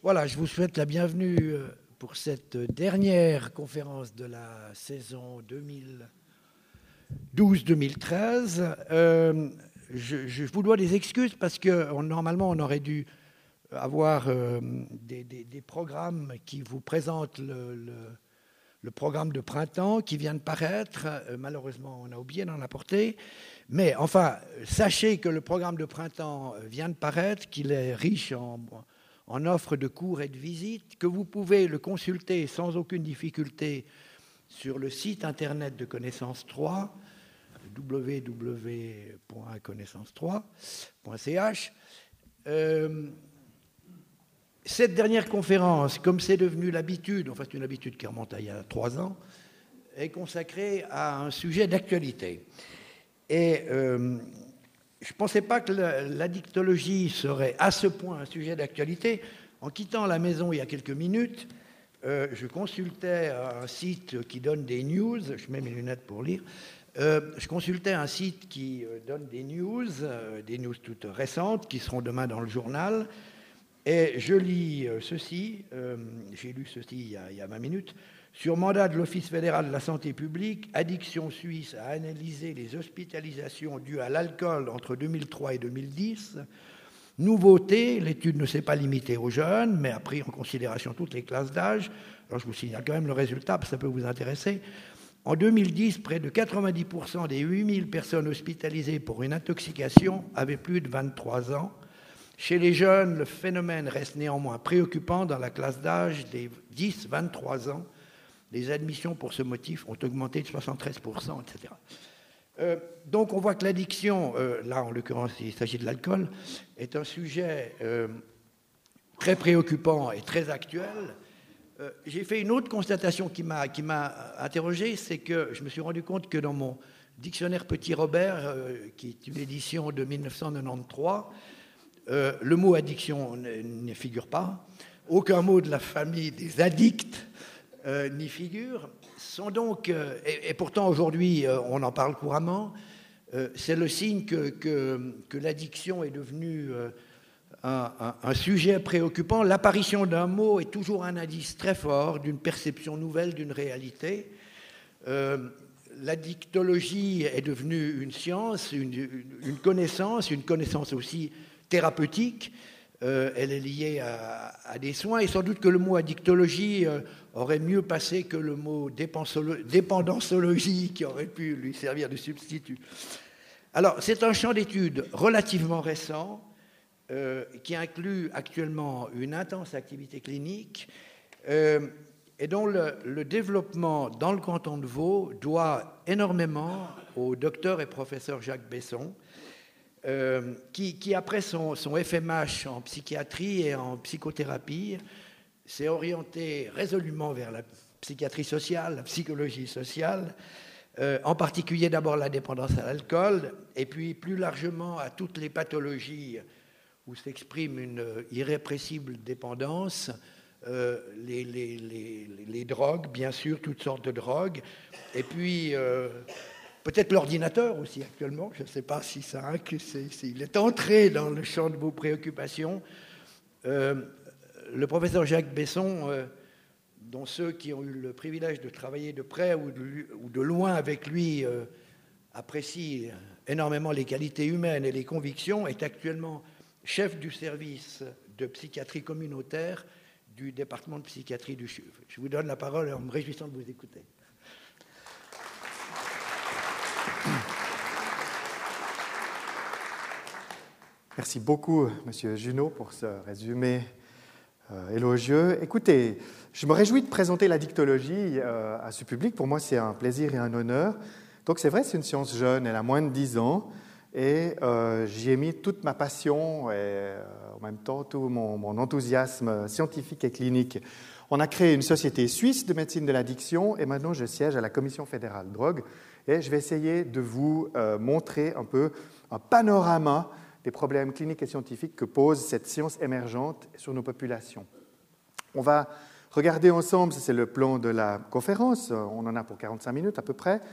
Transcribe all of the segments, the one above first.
Voilà, je vous souhaite la bienvenue pour cette dernière conférence de la saison 2012-2013. Je vous dois des excuses parce que normalement on aurait dû avoir des programmes qui vous présentent le programme de printemps qui vient de paraître. Malheureusement, on a oublié d'en apporter. Mais enfin, sachez que le programme de printemps vient de paraître, qu'il est riche en offres de cours et de visites, que vous pouvez le consulter sans aucune difficulté sur le site internet de Connaissance 3, www.connaissance3.ch. Cette dernière conférence, comme c'est devenu l'habitude, enfin c'est une habitude qui remonte à il y a 3 ans, est consacrée à un sujet d'actualité. Et je ne pensais pas que l'addictologie serait à ce point un sujet d'actualité. En quittant la maison il y a quelques minutes, je consultais un site qui donne des news, je mets mes lunettes pour lire, je consultais un site qui donne des news toutes récentes, qui seront demain dans le journal, et je lis ceci, j'ai lu ceci il y a 20 minutes, sur mandat de l'Office fédéral de la santé publique, Addiction Suisse a analysé les hospitalisations dues à l'alcool entre 2003 et 2010. Nouveauté, l'étude ne s'est pas limitée aux jeunes, mais a pris en considération toutes les classes d'âge. Alors je vous signale quand même le résultat, parce que ça peut vous intéresser. En 2010, près de 90% des 8000 personnes hospitalisées pour une intoxication avaient plus de 23 ans. Chez les jeunes, le phénomène reste néanmoins préoccupant dans la classe d'âge des 10-23 ans. Les admissions pour ce motif ont augmenté de 73%, etc. Donc on voit que l'addiction, là en l'occurrence il s'agit de l'alcool, est un sujet très préoccupant et très actuel. J'ai fait une autre constatation qui m'a interrogé, c'est que je me suis rendu compte que dans mon dictionnaire Petit Robert, qui est une édition de 1993, le mot addiction ne figure pas. Aucun mot de la famille des addicts n'y figure. Sont donc, et pourtant aujourd'hui on en parle couramment, c'est le signe que l'addiction est devenue un sujet préoccupant. L'apparition d'un mot est toujours un indice très fort d'une perception nouvelle d'une réalité. L'addictologie est devenue une science, une connaissance aussi thérapeutique. Elle est liée à des soins, et sans doute que le mot addictologie aurait mieux passé que le mot dépendancologie qui aurait pu lui servir de substitut. Alors, c'est un champ d'études relativement récent qui inclut actuellement une intense activité clinique et dont le développement dans le canton de Vaud doit énormément au docteur et professeur Jacques Besson, qui après son FMH en psychiatrie et en psychothérapie, s'est orienté résolument vers la psychiatrie sociale, la psychologie sociale, en particulier d'abord la dépendance à l'alcool, et puis plus largement à toutes les pathologies où s'exprime une irrépressible dépendance, les drogues, bien sûr, toutes sortes de drogues, et puis peut-être l'ordinateur aussi actuellement, je ne sais pas si s'il est entré dans le champ de vos préoccupations. Le professeur Jacques Besson, dont ceux qui ont eu le privilège de travailler de près ou de loin avec lui apprécient énormément les qualités humaines et les convictions, est actuellement chef du service de psychiatrie communautaire du département de psychiatrie du CHUV. Je vous donne la parole en me réjouissant de vous écouter. Merci beaucoup, Monsieur Junot, pour ce résumé élogieux. Écoutez, je me réjouis de présenter l'addictologie à ce public. Pour moi, c'est un plaisir et un honneur. Donc, c'est vrai, c'est une science jeune, elle a moins de 10 ans, et j'y ai mis toute ma passion et en même temps tout mon enthousiasme scientifique et clinique. On a créé une société suisse de médecine de l'addiction, et maintenant, je siège à la Commission fédérale drogue, et je vais essayer de vous montrer un peu un panorama des problèmes cliniques et scientifiques que pose cette science émergente sur nos populations. On va regarder ensemble, c'est le plan de la conférence, on en a pour 45 minutes à peu près,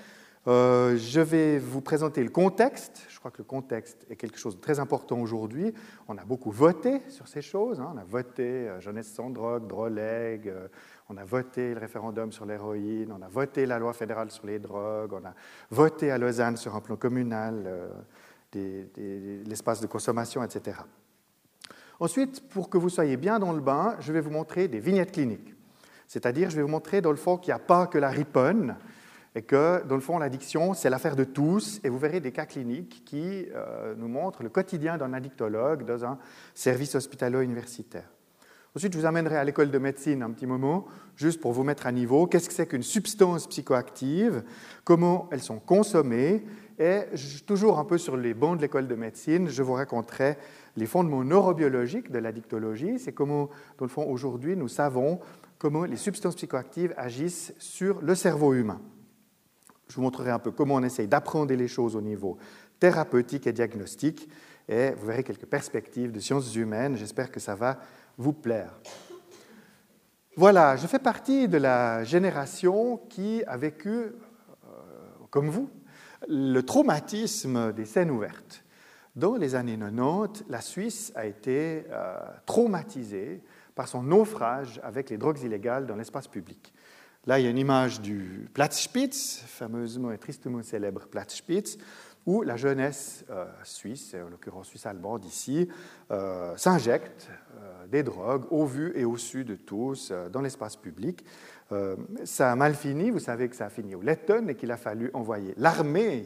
Je vais vous présenter le contexte. Je crois que le contexte est quelque chose de très important aujourd'hui. On a beaucoup voté sur ces choses. On a voté Jeunesse sans drogue, Droleg, on a voté le référendum sur l'héroïne, on a voté la loi fédérale sur les drogues, on a voté à Lausanne sur un plan communal l'espace de consommation, etc. Ensuite, pour que vous soyez bien dans le bain, je vais vous montrer des vignettes cliniques. C'est-à-dire, je vais vous montrer dans le fond qu'il n'y a pas que la riponne, et que, dans le fond, l'addiction, c'est l'affaire de tous, et vous verrez des cas cliniques qui nous montrent le quotidien d'un addictologue dans un service hospitalo-universitaire. Ensuite, je vous amènerai à l'école de médecine un petit moment, juste pour vous mettre à niveau. Qu'est-ce que c'est qu'une substance psychoactive? Comment elles sont consommées? Et toujours un peu sur les bancs de l'école de médecine, je vous raconterai les fondements neurobiologiques de l'addictologie. C'est comment, dans le fond, aujourd'hui, nous savons comment les substances psychoactives agissent sur le cerveau humain. Je vous montrerai un peu comment on essaye d'apprendre les choses au niveau thérapeutique et diagnostique, et vous verrez quelques perspectives de sciences humaines. J'espère que ça va vous plaire. Voilà, je fais partie de la génération qui a vécu, comme vous, le traumatisme des scènes ouvertes. Dans les années 90, la Suisse a été traumatisée par son naufrage avec les drogues illégales dans l'espace public. Là, il y a une image du Platzspitz, fameusement et tristement célèbre Platzspitz, où la jeunesse suisse, et en l'occurrence suisse-allemande ici, s'injecte des drogues au vu et au su de tous dans l'espace public. Ça a mal fini, vous savez que ça a fini au Letton et qu'il a fallu envoyer l'armée,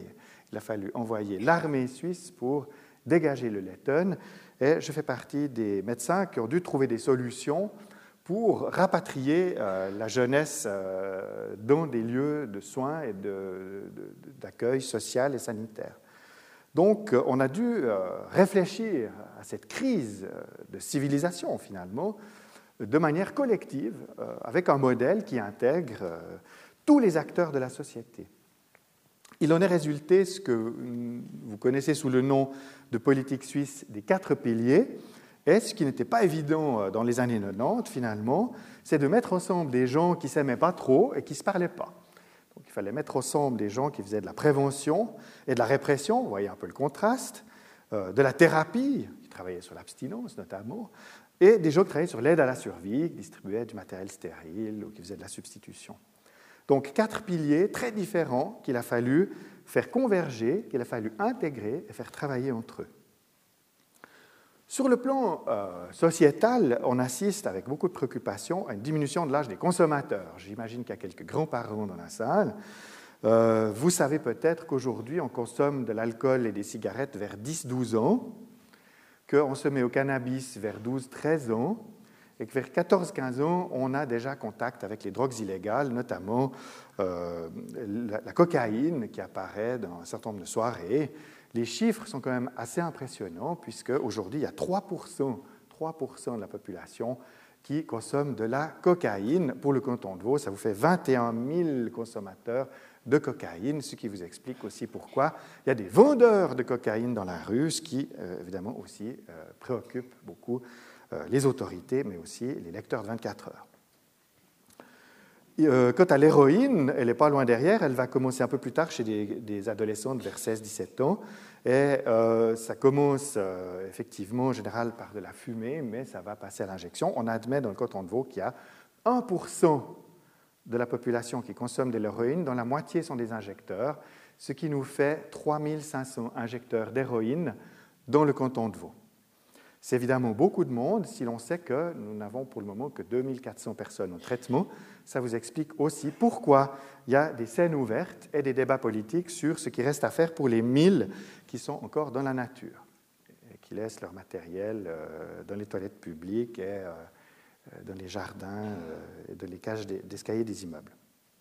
suisse pour dégager le Letton. Et je fais partie des médecins qui ont dû trouver des solutions pour rapatrier la jeunesse dans des lieux de soins et d'accueil social et sanitaire. Donc, on a dû réfléchir à cette crise de civilisation, finalement, de manière collective, avec un modèle qui intègre tous les acteurs de la société. Il en est résulté ce que vous connaissez sous le nom de politique suisse des 4 piliers. Et ce qui n'était pas évident dans les années 90, finalement, c'est de mettre ensemble des gens qui ne s'aimaient pas trop et qui ne se parlaient pas. Donc il fallait mettre ensemble des gens qui faisaient de la prévention et de la répression, vous voyez un peu le contraste, de la thérapie, qui travaillaient sur l'abstinence notamment, et des gens qui travaillaient sur l'aide à la survie, qui distribuaient du matériel stérile ou qui faisaient de la substitution. Donc 4 piliers très différents qu'il a fallu faire converger, qu'il a fallu intégrer et faire travailler entre eux. Sur le plan sociétal, on assiste avec beaucoup de préoccupation à une diminution de l'âge des consommateurs. J'imagine qu'il y a quelques grands-parents dans la salle. Vous savez peut-être qu'aujourd'hui, on consomme de l'alcool et des cigarettes vers 10-12 ans, qu'on se met au cannabis vers 12-13 ans, et que vers 14-15 ans, on a déjà contact avec les drogues illégales, notamment la cocaïne qui apparaît dans un certain nombre de soirées. Les chiffres sont quand même assez impressionnants, puisque aujourd'hui, il y a 3% de la population qui consomme de la cocaïne. Pour le canton de Vaud, ça vous fait 21 000 consommateurs de cocaïne, ce qui vous explique aussi pourquoi il y a des vendeurs de cocaïne dans la rue, ce qui, évidemment, aussi préoccupe beaucoup les autorités, mais aussi les lecteurs de 24 heures. Quant à l'héroïne, elle n'est pas loin derrière, elle va commencer un peu plus tard chez des adolescentes vers 16-17 ans, et ça commence effectivement en général par de la fumée, mais ça va passer à l'injection. On admet dans le canton de Vaud qu'il y a 1% de la population qui consomme de l'héroïne, dont la moitié sont des injecteurs, ce qui nous fait 3500 injecteurs d'héroïne dans le canton de Vaud. C'est évidemment beaucoup de monde si l'on sait que nous n'avons pour le moment que 2400 personnes au traitement. Ça vous explique aussi pourquoi il y a des scènes ouvertes et des débats politiques sur ce qui reste à faire pour les 1000 qui sont encore dans la nature et qui laissent leur matériel dans les toilettes publiques et dans les jardins et dans les cages d'escalier des immeubles.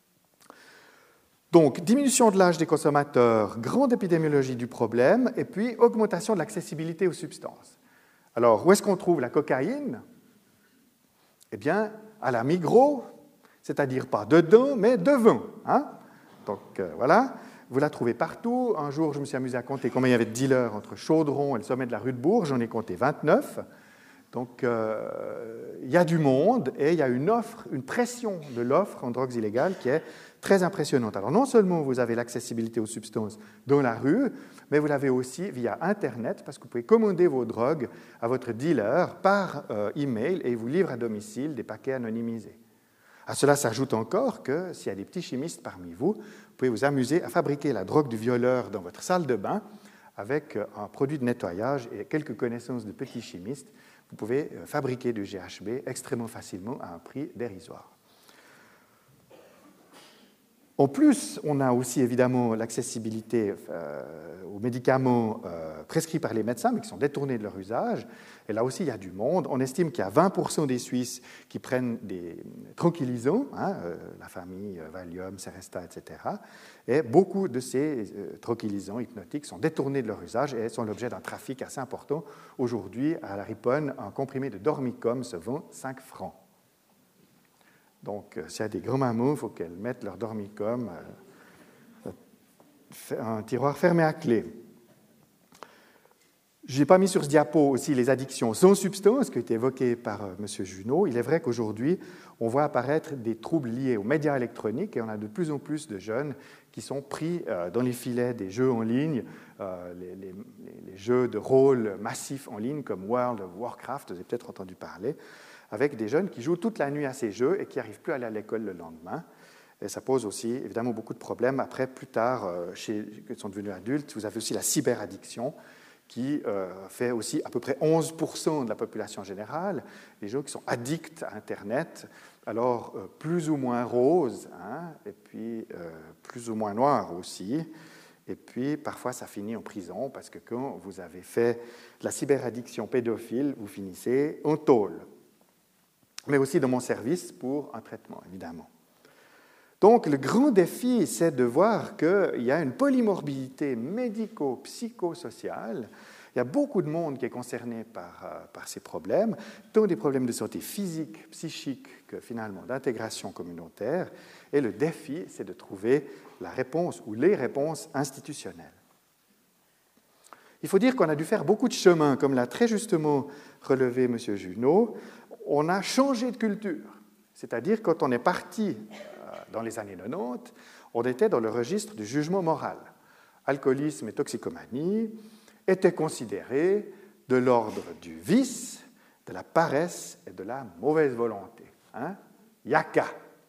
Donc, diminution de l'âge des consommateurs, grande épidémiologie du problème, et puis augmentation de l'accessibilité aux substances. Alors, où est-ce qu'on trouve la cocaïne? Eh bien, à la Migros, c'est-à-dire pas dedans, mais devant. Hein? Donc, voilà, vous la trouvez partout. Un jour, je me suis amusé à compter combien il y avait de dealers entre Chaudron et le sommet de la rue de Bourges. J'en ai compté 29. Donc, il y a du monde et il y a une offre, une pression de l'offre en drogues illégales qui est très impressionnante. Alors, non seulement vous avez l'accessibilité aux substances dans la rue, mais vous l'avez aussi via Internet, parce que vous pouvez commander vos drogues à votre dealer par email et il vous livre à domicile des paquets anonymisés. À cela s'ajoute encore que s'il y a des petits chimistes parmi vous, vous pouvez vous amuser à fabriquer la drogue du violeur dans votre salle de bain avec un produit de nettoyage et quelques connaissances de petits chimistes. Vous pouvez fabriquer du GHB extrêmement facilement à un prix dérisoire. En plus, on a aussi évidemment l'accessibilité aux médicaments prescrits par les médecins, mais qui sont détournés de leur usage. Et là aussi, il y a du monde. On estime qu'il y a 20% des Suisses qui prennent des tranquillisants, la famille Valium, Seresta, etc. Et beaucoup de ces tranquillisants hypnotiques sont détournés de leur usage et sont l'objet d'un trafic assez important. Aujourd'hui, à la Riponne, un comprimé de Dormicum se vend 5 francs. Donc, s'il y a des grands mamans, il faut qu'elles mettent leur Dormicum un tiroir fermé à clé. Je n'ai pas mis sur ce diapo aussi les addictions sans substance qui ont été évoquées par M. Junot. Il est vrai qu'aujourd'hui, on voit apparaître des troubles liés aux médias électroniques et on a de plus en plus de jeunes qui sont pris dans les filets des jeux en ligne, les jeux de rôle massifs en ligne comme World of Warcraft, vous avez peut-être entendu parler, avec des jeunes qui jouent toute la nuit à ces jeux et qui n'arrivent plus à aller à l'école le lendemain. Et ça pose aussi évidemment beaucoup de problèmes. Après, plus tard, quand ils sont devenus adultes, vous avez aussi la cyberaddiction qui fait aussi à peu près 11% de la population générale, les gens qui sont addicts à Internet, alors plus ou moins roses, et puis plus ou moins noirs aussi. Et puis, parfois, ça finit en prison, parce que quand vous avez fait de la cyberaddiction pédophile, vous finissez en tôle. Mais aussi dans mon service pour un traitement, évidemment. Donc, le grand défi, c'est de voir qu'il y a une polymorbidité médico-psychosociale. Il y a beaucoup de monde qui est concerné par ces problèmes, tant des problèmes de santé physique, psychique, que finalement d'intégration communautaire. Et le défi, c'est de trouver la réponse ou les réponses institutionnelles. Il faut dire qu'on a dû faire beaucoup de chemin, comme l'a très justement relevé M. Junot. On a changé de culture. C'est-à-dire, quand on est parti dans les années 90, on était dans le registre du jugement moral. Alcoolisme et toxicomanie étaient considérés de l'ordre du vice, de la paresse et de la mauvaise volonté. Yaka.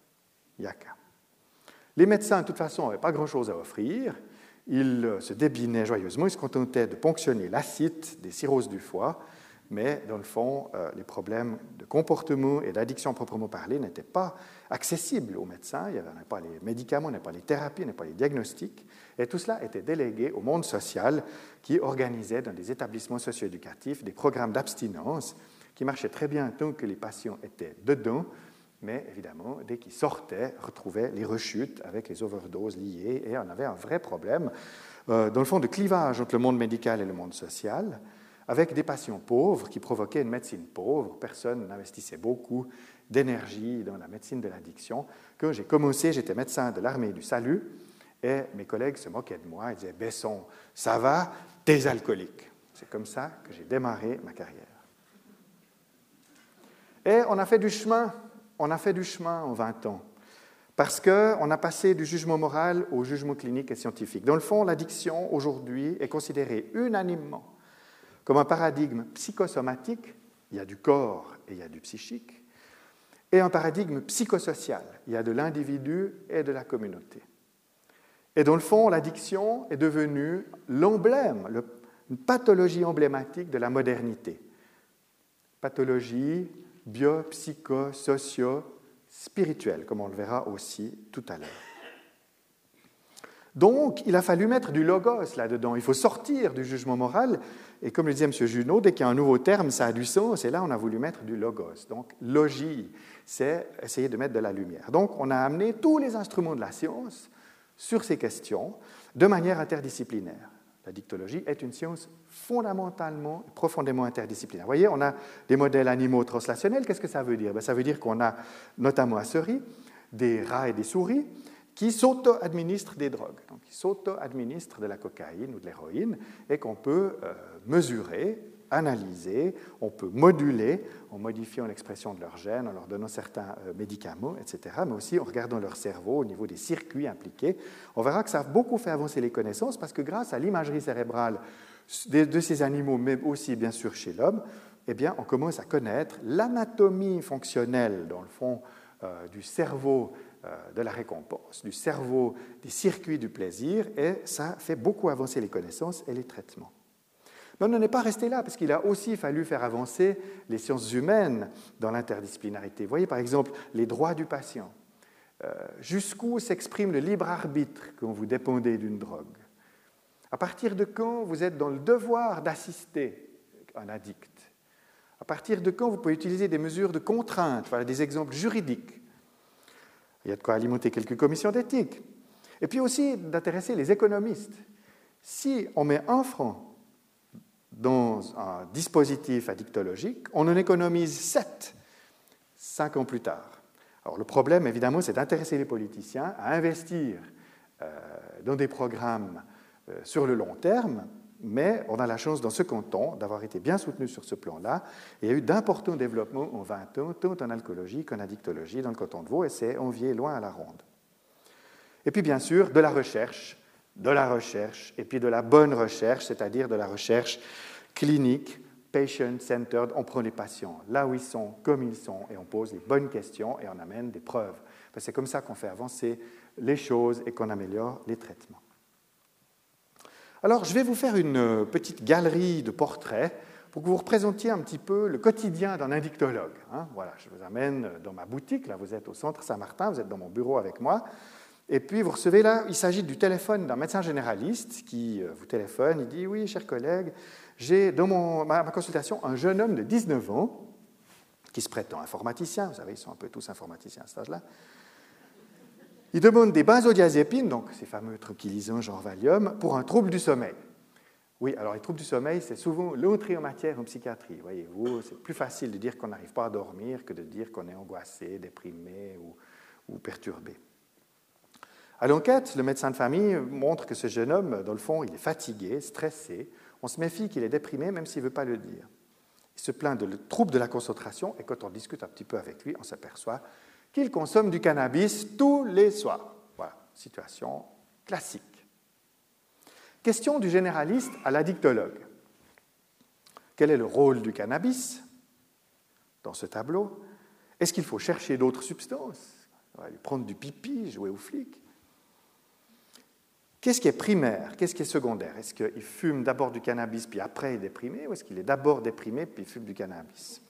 Les médecins, de toute façon, n'avaient pas grand-chose à offrir. Ils se débinaient joyeusement, ils se contentaient de ponctionner l'acide des cirrhoses du foie, mais dans le fond, les problèmes de comportement et d'addiction proprement parlé n'étaient pas accessibles aux médecins. Il n'y avait pas les médicaments, il n'y avait pas les thérapies, il n'y avait pas les diagnostics. Et tout cela était délégué au monde social qui organisait dans des établissements socio-éducatifs des programmes d'abstinence qui marchaient très bien tant que les patients étaient dedans, mais évidemment, dès qu'ils sortaient, retrouvaient les rechutes avec les overdoses liées et on avait un vrai problème, dans le fond, de clivage entre le monde médical et le monde social, avec des patients pauvres qui provoquaient une médecine pauvre. Personne n'investissait beaucoup d'énergie dans la médecine de l'addiction. Quand j'ai commencé, j'étais médecin de l'armée du salut et mes collègues se moquaient de moi. Ils disaient « Besson, ça va, t'es alcoolique ». C'est comme ça que j'ai démarré ma carrière. Et on a fait du chemin en 20 ans, parce qu'on a passé du jugement moral au jugement clinique et scientifique. Dans le fond, l'addiction, aujourd'hui, est considérée unanimement comme un paradigme psychosomatique, il y a du corps et il y a du psychique, et un paradigme psychosocial, il y a de l'individu et de la communauté. Et dans le fond, l'addiction est devenue l'emblème, une pathologie emblématique de la modernité. Pathologie bio-psycho-socio-spirituelle, comme on le verra aussi tout à l'heure. Donc, il a fallu mettre du logos là-dedans. Il faut sortir du jugement moral. Et comme le disait M. Junot, dès qu'il y a un nouveau terme, ça a du sens. Et là, on a voulu mettre du logos. Donc, logie, c'est essayer de mettre de la lumière. Donc, on a amené tous les instruments de la science sur ces questions de manière interdisciplinaire. La dictologie est une science fondamentalement, profondément interdisciplinaire. Vous voyez, on a des modèles animaux translationnels. Qu'est-ce que ça veut dire? Ça veut dire qu'on a, notamment à Seri, des rats et des souris qui s'auto-administrent des drogues, donc qui s'auto-administrent de la cocaïne ou de l'héroïne, et qu'on peut mesurer analyser, on peut moduler en modifiant l'expression de leurs gènes, en leur donnant certains médicaments, etc., mais aussi en regardant leur cerveau au niveau des circuits impliqués. On verra que ça a beaucoup fait avancer les connaissances parce que grâce à l'imagerie cérébrale de ces animaux, mais aussi bien sûr chez l'homme, eh bien, on commence à connaître l'anatomie fonctionnelle, dans le fond, du cerveau de la récompense, du cerveau des circuits du plaisir, et ça fait beaucoup avancer les connaissances et les traitements. Mais on n'en est pas resté là, parce qu'il a aussi fallu faire avancer les sciences humaines dans l'interdisciplinarité. Vous voyez par exemple les droits du patient. Jusqu'où s'exprime le libre arbitre quand vous dépendez d'une drogue? À partir de quand vous êtes dans le devoir d'assister un addict? À partir de quand vous pouvez utiliser des mesures de contrainte? Voilà des exemples juridiques. Il y a de quoi alimenter quelques commissions d'éthique. Et puis aussi d'intéresser les économistes. Si on met 1 franc dans un dispositif addictologique, on en économise 7, 5 ans plus tard. Alors le problème, évidemment, c'est d'intéresser les politiciens à investir dans des programmes sur le long terme, mais on a la chance dans ce canton d'avoir été bien soutenu sur ce plan-là. Et il y a eu d'importants développements en 20 ans, tant en alcoolologie qu'en addictologie dans le canton de Vaud, et c'est envié loin à la ronde. Et puis bien sûr, de la recherche, et puis de la bonne recherche, c'est-à-dire de la recherche clinique, patient-centered. On prend les patients là où ils sont, comme ils sont, et on pose les bonnes questions et on amène des preuves. C'est comme ça qu'on fait avancer les choses et qu'on améliore les traitements. Alors, je vais vous faire une petite galerie de portraits pour que vous représentiez un petit peu le quotidien d'un addictologue. Voilà, je vous amène dans ma boutique, là vous êtes au centre Saint-Martin, vous êtes dans mon bureau avec moi. Et puis, vous recevez là, il s'agit du téléphone d'un médecin généraliste qui vous téléphone, il dit « Oui, cher collègue, j'ai dans ma consultation un jeune homme de 19 ans qui se prétend informaticien. » Vous savez, ils sont un peu tous informaticiens à cet âge-là. Il demande des benzodiazépines, donc ces fameux tranquillisants genre Valium, pour un trouble du sommeil. Oui, alors les troubles du sommeil, c'est souvent l'entrée en matière en psychiatrie. Voyez-vous, c'est plus facile de dire qu'on n'arrive pas à dormir que de dire qu'on est angoissé, déprimé ou perturbé. À l'enquête, le médecin de famille montre que ce jeune homme, dans le fond, il est fatigué, stressé. On se méfie qu'il est déprimé, même s'il ne veut pas le dire. Il se plaint de troubles de la concentration, et quand on discute un petit peu avec lui, on s'aperçoit qu'il consomme du cannabis tous les soirs. Voilà, situation classique. Question du généraliste à l'addictologue. Quel est le rôle du cannabis dans ce tableau? Est-ce qu'il faut chercher d'autres substances? On va lui prendre du pipi, jouer aux flics. Qu'est-ce qui est primaire? Qu'est-ce qui est secondaire? Est-ce qu'il fume d'abord du cannabis puis après il est déprimé, ou est-ce qu'il est d'abord déprimé puis il fume du cannabis?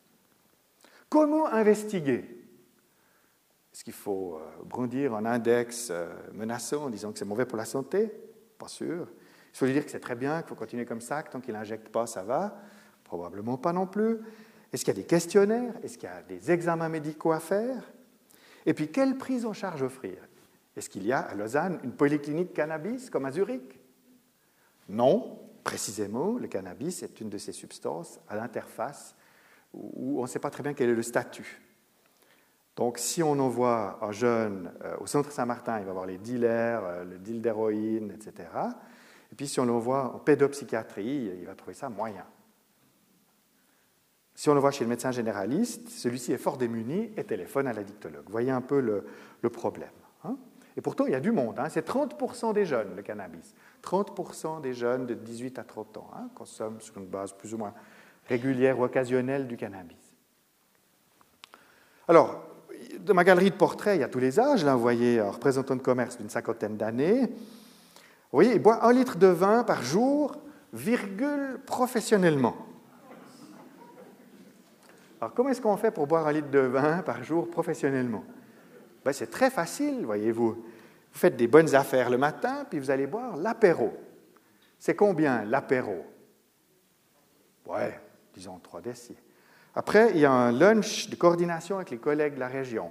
Comment investiguer? Est-ce qu'il faut brandir un index menaçant en disant que c'est mauvais pour la santé? Pas sûr. Il faut lui dire que c'est très bien, qu'il faut continuer comme ça, que tant qu'il n'injecte pas, ça va. Probablement pas non plus. Est-ce qu'il y a des questionnaires? Est-ce qu'il y a des examens médicaux à faire? Et puis, quelle prise en charge offrir? Est-ce qu'il y a à Lausanne une polyclinique cannabis comme à Zurich? Non, précisément, le cannabis est une de ces substances à l'interface où on ne sait pas très bien quel est le statut. Donc, si on envoie un jeune au centre Saint-Martin, il va avoir les dealers, le deal d'héroïne, etc. Et puis, si on l'envoie en pédopsychiatrie, il va trouver ça moyen. Si on le voit chez le médecin généraliste, celui-ci est fort démuni et téléphone à l'addictologue. Vous voyez un peu le problème. Et pourtant, il y a du monde. C'est 30% des jeunes, le cannabis. 30% des jeunes de 18 à 30 ans consomment sur une base plus ou moins régulière ou occasionnelle du cannabis. Alors, dans ma galerie de portraits, il y a tous les âges. Là, vous voyez un représentant de commerce d'une 50aine d'années. Vous voyez, il boit 1 litre de vin par jour, professionnellement. Alors, comment est-ce qu'on fait pour boire 1 litre de vin par jour professionnellement? C'est très facile, voyez-vous. Vous faites des bonnes affaires le matin, puis vous allez boire l'apéro. C'est combien l'apéro? Ouais, disons 3 décis. Après, il y a un lunch de coordination avec les collègues de la région.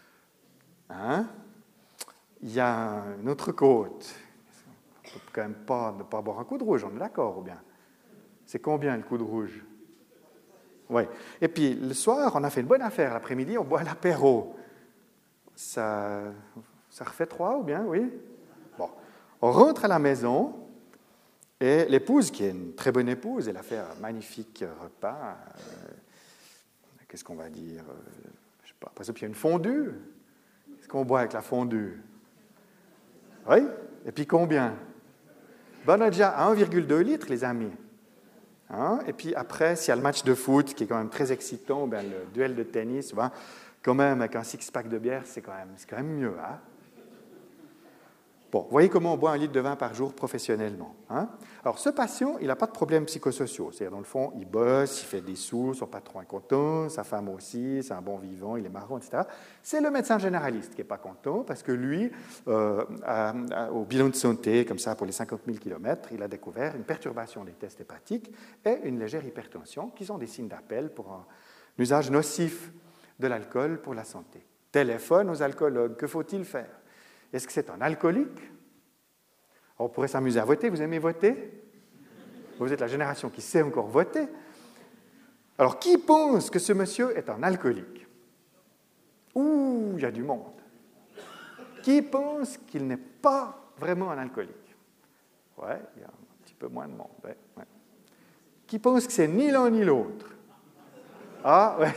Il y a une autre côte. On ne peut quand même pas ne pas boire un coup de rouge, on est d'accord ou bien? C'est combien le coup de rouge? Oui. Et puis, le soir, on a fait une bonne affaire. L'après-midi, on boit l'apéro. Ça refait 3 ou bien, oui? Bon. On rentre à la maison Et l'épouse, qui est une très bonne épouse, elle a fait un magnifique repas. Qu'est-ce qu'on va dire? Je ne sais pas, par exemple, il y a une fondue. Qu'est-ce qu'on boit avec la fondue? Oui? Et puis combien? Ben, on a déjà 1,2 litre, les amis. Hein? Et puis après, s'il y a le match de foot, qui est quand même très excitant, ben, le duel de tennis, ben, quand même, avec un six-pack de bière, c'est quand même mieux. Hein? Bon, vous voyez comment on boit 1 litre de vin par jour professionnellement. Hein? Alors, ce patient, il n'a pas de problèmes psychosociaux. C'est-à-dire, dans le fond, il bosse, il fait des sous, son patron est content, sa femme aussi, c'est un bon vivant, il est marrant, etc. C'est le médecin généraliste qui n'est pas content parce que lui, au bilan de santé, comme ça, pour les 50 000 km, il a découvert une perturbation des tests hépatiques et une légère hypertension qui sont des signes d'appel pour un usage nocif de l'alcool pour la santé. Téléphone aux alcoologues, que faut-il faire? Est-ce que c'est un alcoolique? On pourrait s'amuser à voter. Vous aimez voter? Vous êtes la génération qui sait encore voter. Alors, qui pense que ce monsieur est un alcoolique? Ouh, il y a du monde. Qui pense qu'il n'est pas vraiment un alcoolique? Ouais, il y a un petit peu moins de monde. Ouais. Qui pense que c'est ni l'un ni l'autre? Ah, ouais.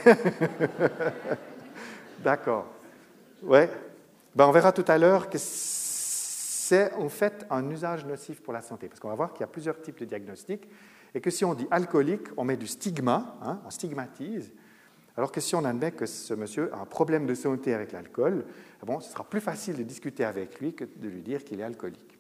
D'accord. Ouais. Ben, on verra tout à l'heure que c'est en fait un usage nocif pour la santé, parce qu'on va voir qu'il y a plusieurs types de diagnostics, et que si on dit alcoolique, on met du stigma, hein, on stigmatise, alors que si on admet que ce monsieur a un problème de santé avec l'alcool, bon, ce sera plus facile de discuter avec lui que de lui dire qu'il est alcoolique.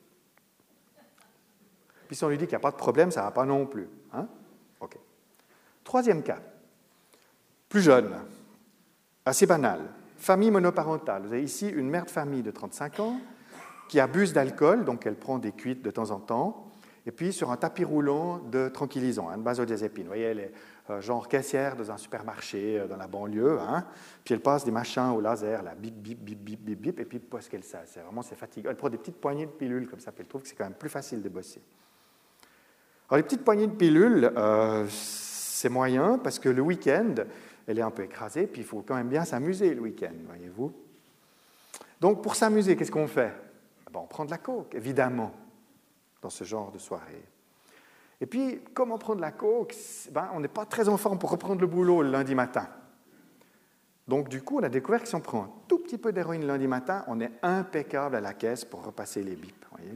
Puis si on lui dit qu'il n'y a pas de problème, ça ne va pas non plus. Hein? OK. Troisième cas, plus jeune, assez banal. Famille monoparentale. Vous avez ici une mère de famille de 35 ans qui abuse d'alcool, donc elle prend des cuites de temps en temps, et puis sur un tapis roulant de tranquillisant, une benzodiazépine. Vous voyez, elle est genre caissière dans un supermarché dans la banlieue, hein, puis elle passe des machins au laser, là, bip, bip, bip, bip, bip, bip, et puis parce qu'elle sait, c'est fatigant. Elle prend des petites poignées de pilules comme ça, puis elle trouve que c'est quand même plus facile de bosser. Alors les petites poignées de pilules, c'est moyen, parce que le week-end, elle est un peu écrasée, puis il faut quand même bien s'amuser le week-end, voyez-vous. Donc, pour s'amuser, qu'est-ce qu'on fait? Ben, on prend de la coke, évidemment, dans ce genre de soirée. Et puis, comme on prend de la coke, ben, on n'est pas très en forme pour reprendre le boulot le lundi matin. Donc, du coup, on a découvert que si on prend un tout petit peu d'héroïne le lundi matin, on est impeccable à la caisse pour repasser les bips, voyez.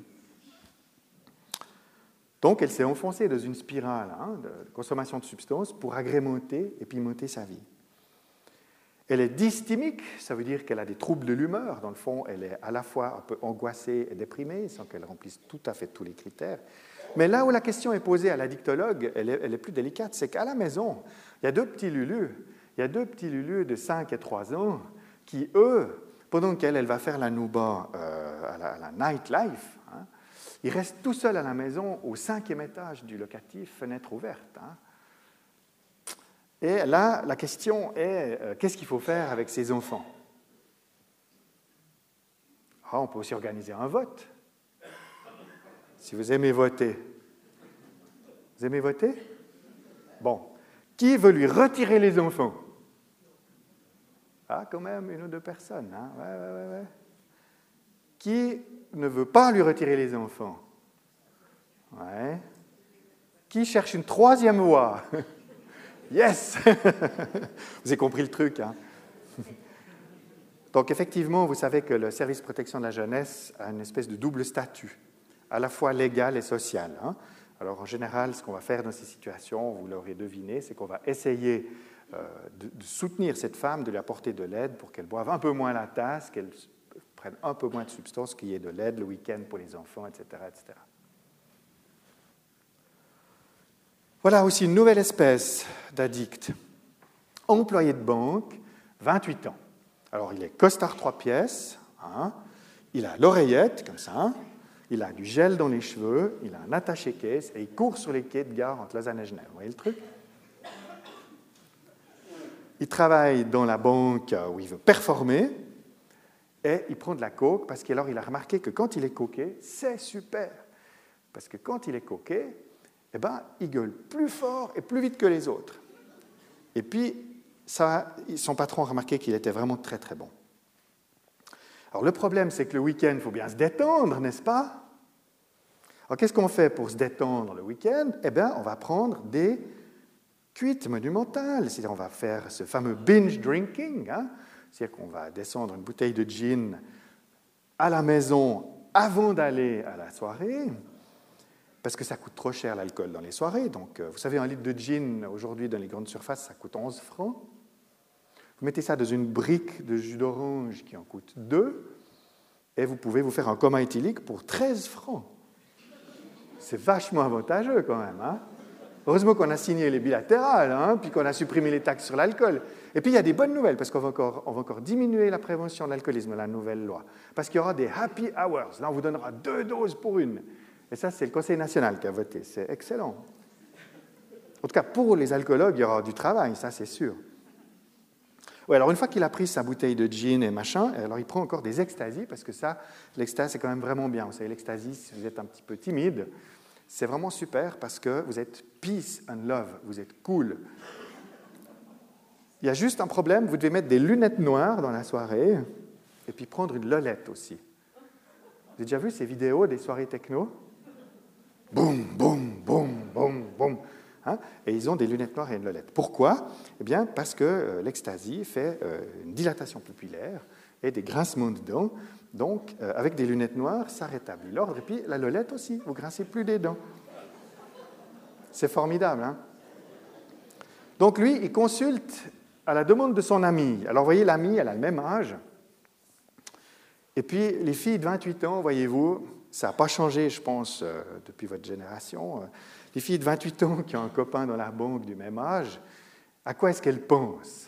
Donc, elle s'est enfoncée dans une spirale de consommation de substances pour agrémenter et pimenter sa vie. Elle est dysthymique, ça veut dire qu'elle a des troubles de l'humeur. Dans le fond, elle est à la fois un peu angoissée et déprimée, sans qu'elle remplisse tout à fait tous les critères. Mais là où la question est posée à l'addictologue, elle est plus délicate, c'est qu'à la maison, il y a deux petits lulus. Il y a deux petits lulus de 5 et 3 ans qui, eux, pendant qu'elle va faire la nouba à la nightlife, il reste tout seul à la maison, au 5e étage du locatif, fenêtre ouverte. Hein. Et là, la question est, qu'est-ce qu'il faut faire avec ces enfants? On peut aussi organiser un vote. Si vous aimez voter. Vous aimez voter? Bon. Qui veut lui retirer les enfants? Ah, quand même, 1 ou 2 personnes. Hein? Ouais. Qui ne veut pas lui retirer les enfants? Ouais. Qui cherche une 3e voie? Yes! Vous avez compris le truc, hein? Donc, effectivement, vous savez que le service de protection de la jeunesse a une espèce de double statut, à la fois légal et social. Hein? Alors, en général, ce qu'on va faire dans ces situations, vous l'aurez deviné, c'est qu'on va essayer de soutenir cette femme, de lui apporter de l'aide pour qu'elle boive un peu moins la tasse, qu'elle prenne un peu moins de substances, qu'il y ait de l'aide le week-end pour les enfants, etc., etc. Voilà aussi une nouvelle espèce d'addict. Employé de banque, 28 ans. Alors, il est costard 3 pièces, hein, il a l'oreillette, comme ça, il a du gel dans les cheveux, il a un attaché-caisse et il court sur les quais de gare entre Lausanne et Genève. Vous voyez le truc? Il travaille dans la banque où il veut performer et il prend de la coke parce qu'il a remarqué que quand il est coqué, c'est super. Parce que quand il est coqué, eh ben, il gueule plus fort et plus vite que les autres. Et puis, son patron a remarqué qu'il était vraiment très, très bon. Alors, le problème, c'est que le week-end, il faut bien se détendre, n'est-ce pas? Alors, qu'est-ce qu'on fait pour se détendre le week-end? Eh bien, on va prendre des cuites monumentales. C'est-à-dire, on va faire ce fameux binge drinking. C'est-à-dire qu'on va descendre une bouteille de gin à la maison avant d'aller à la soirée, parce que ça coûte trop cher l'alcool dans les soirées. Donc, vous savez, un litre de gin, aujourd'hui, dans les grandes surfaces, ça coûte 11 francs. Vous mettez ça dans une brique de jus d'orange qui en coûte 2, et vous pouvez vous faire un coma éthylique pour 13 francs. C'est vachement avantageux quand même. Heureusement qu'on a signé les bilatérales, puis qu'on a supprimé les taxes sur l'alcool. Et puis il y a des bonnes nouvelles, parce qu'on va encore diminuer la prévention de l'alcoolisme, la nouvelle loi. Parce qu'il y aura des happy hours. Là, on vous donnera 2 doses pour une. Et ça, c'est le Conseil national qui a voté. C'est excellent. En tout cas, pour les alcoologues, il y aura du travail, ça c'est sûr. Ouais, alors une fois qu'il a pris sa bouteille de gin et machin, alors il prend encore des extasies, parce que ça, l'extase, c'est quand même vraiment bien. Vous savez, l'extasie, si vous êtes un petit peu timide, c'est vraiment super parce que vous êtes peace and love, vous êtes cool. Il y a juste un problème, vous devez mettre des lunettes noires dans la soirée et puis prendre une lolette aussi. Vous avez déjà vu ces vidéos des soirées techno? Boum, boum, boum, boum, boum. Et ils ont des lunettes noires et une lolette. Pourquoi? Eh bien, parce que l'ecstasy fait une dilatation pupillaire et des grincements de dents. Donc, avec des lunettes noires, ça rétablit l'ordre. Et puis, la lolette aussi, vous ne grincez plus des dents. C'est formidable, Donc, lui, il consulte à la demande de son amie. Alors, vous voyez, l'amie, elle a le même âge. Et puis, les filles de 28 ans, voyez-vous, ça n'a pas changé, je pense, depuis votre génération. Les filles de 28 ans qui ont un copain dans la banque du même âge, à quoi est-ce qu'elles pensent?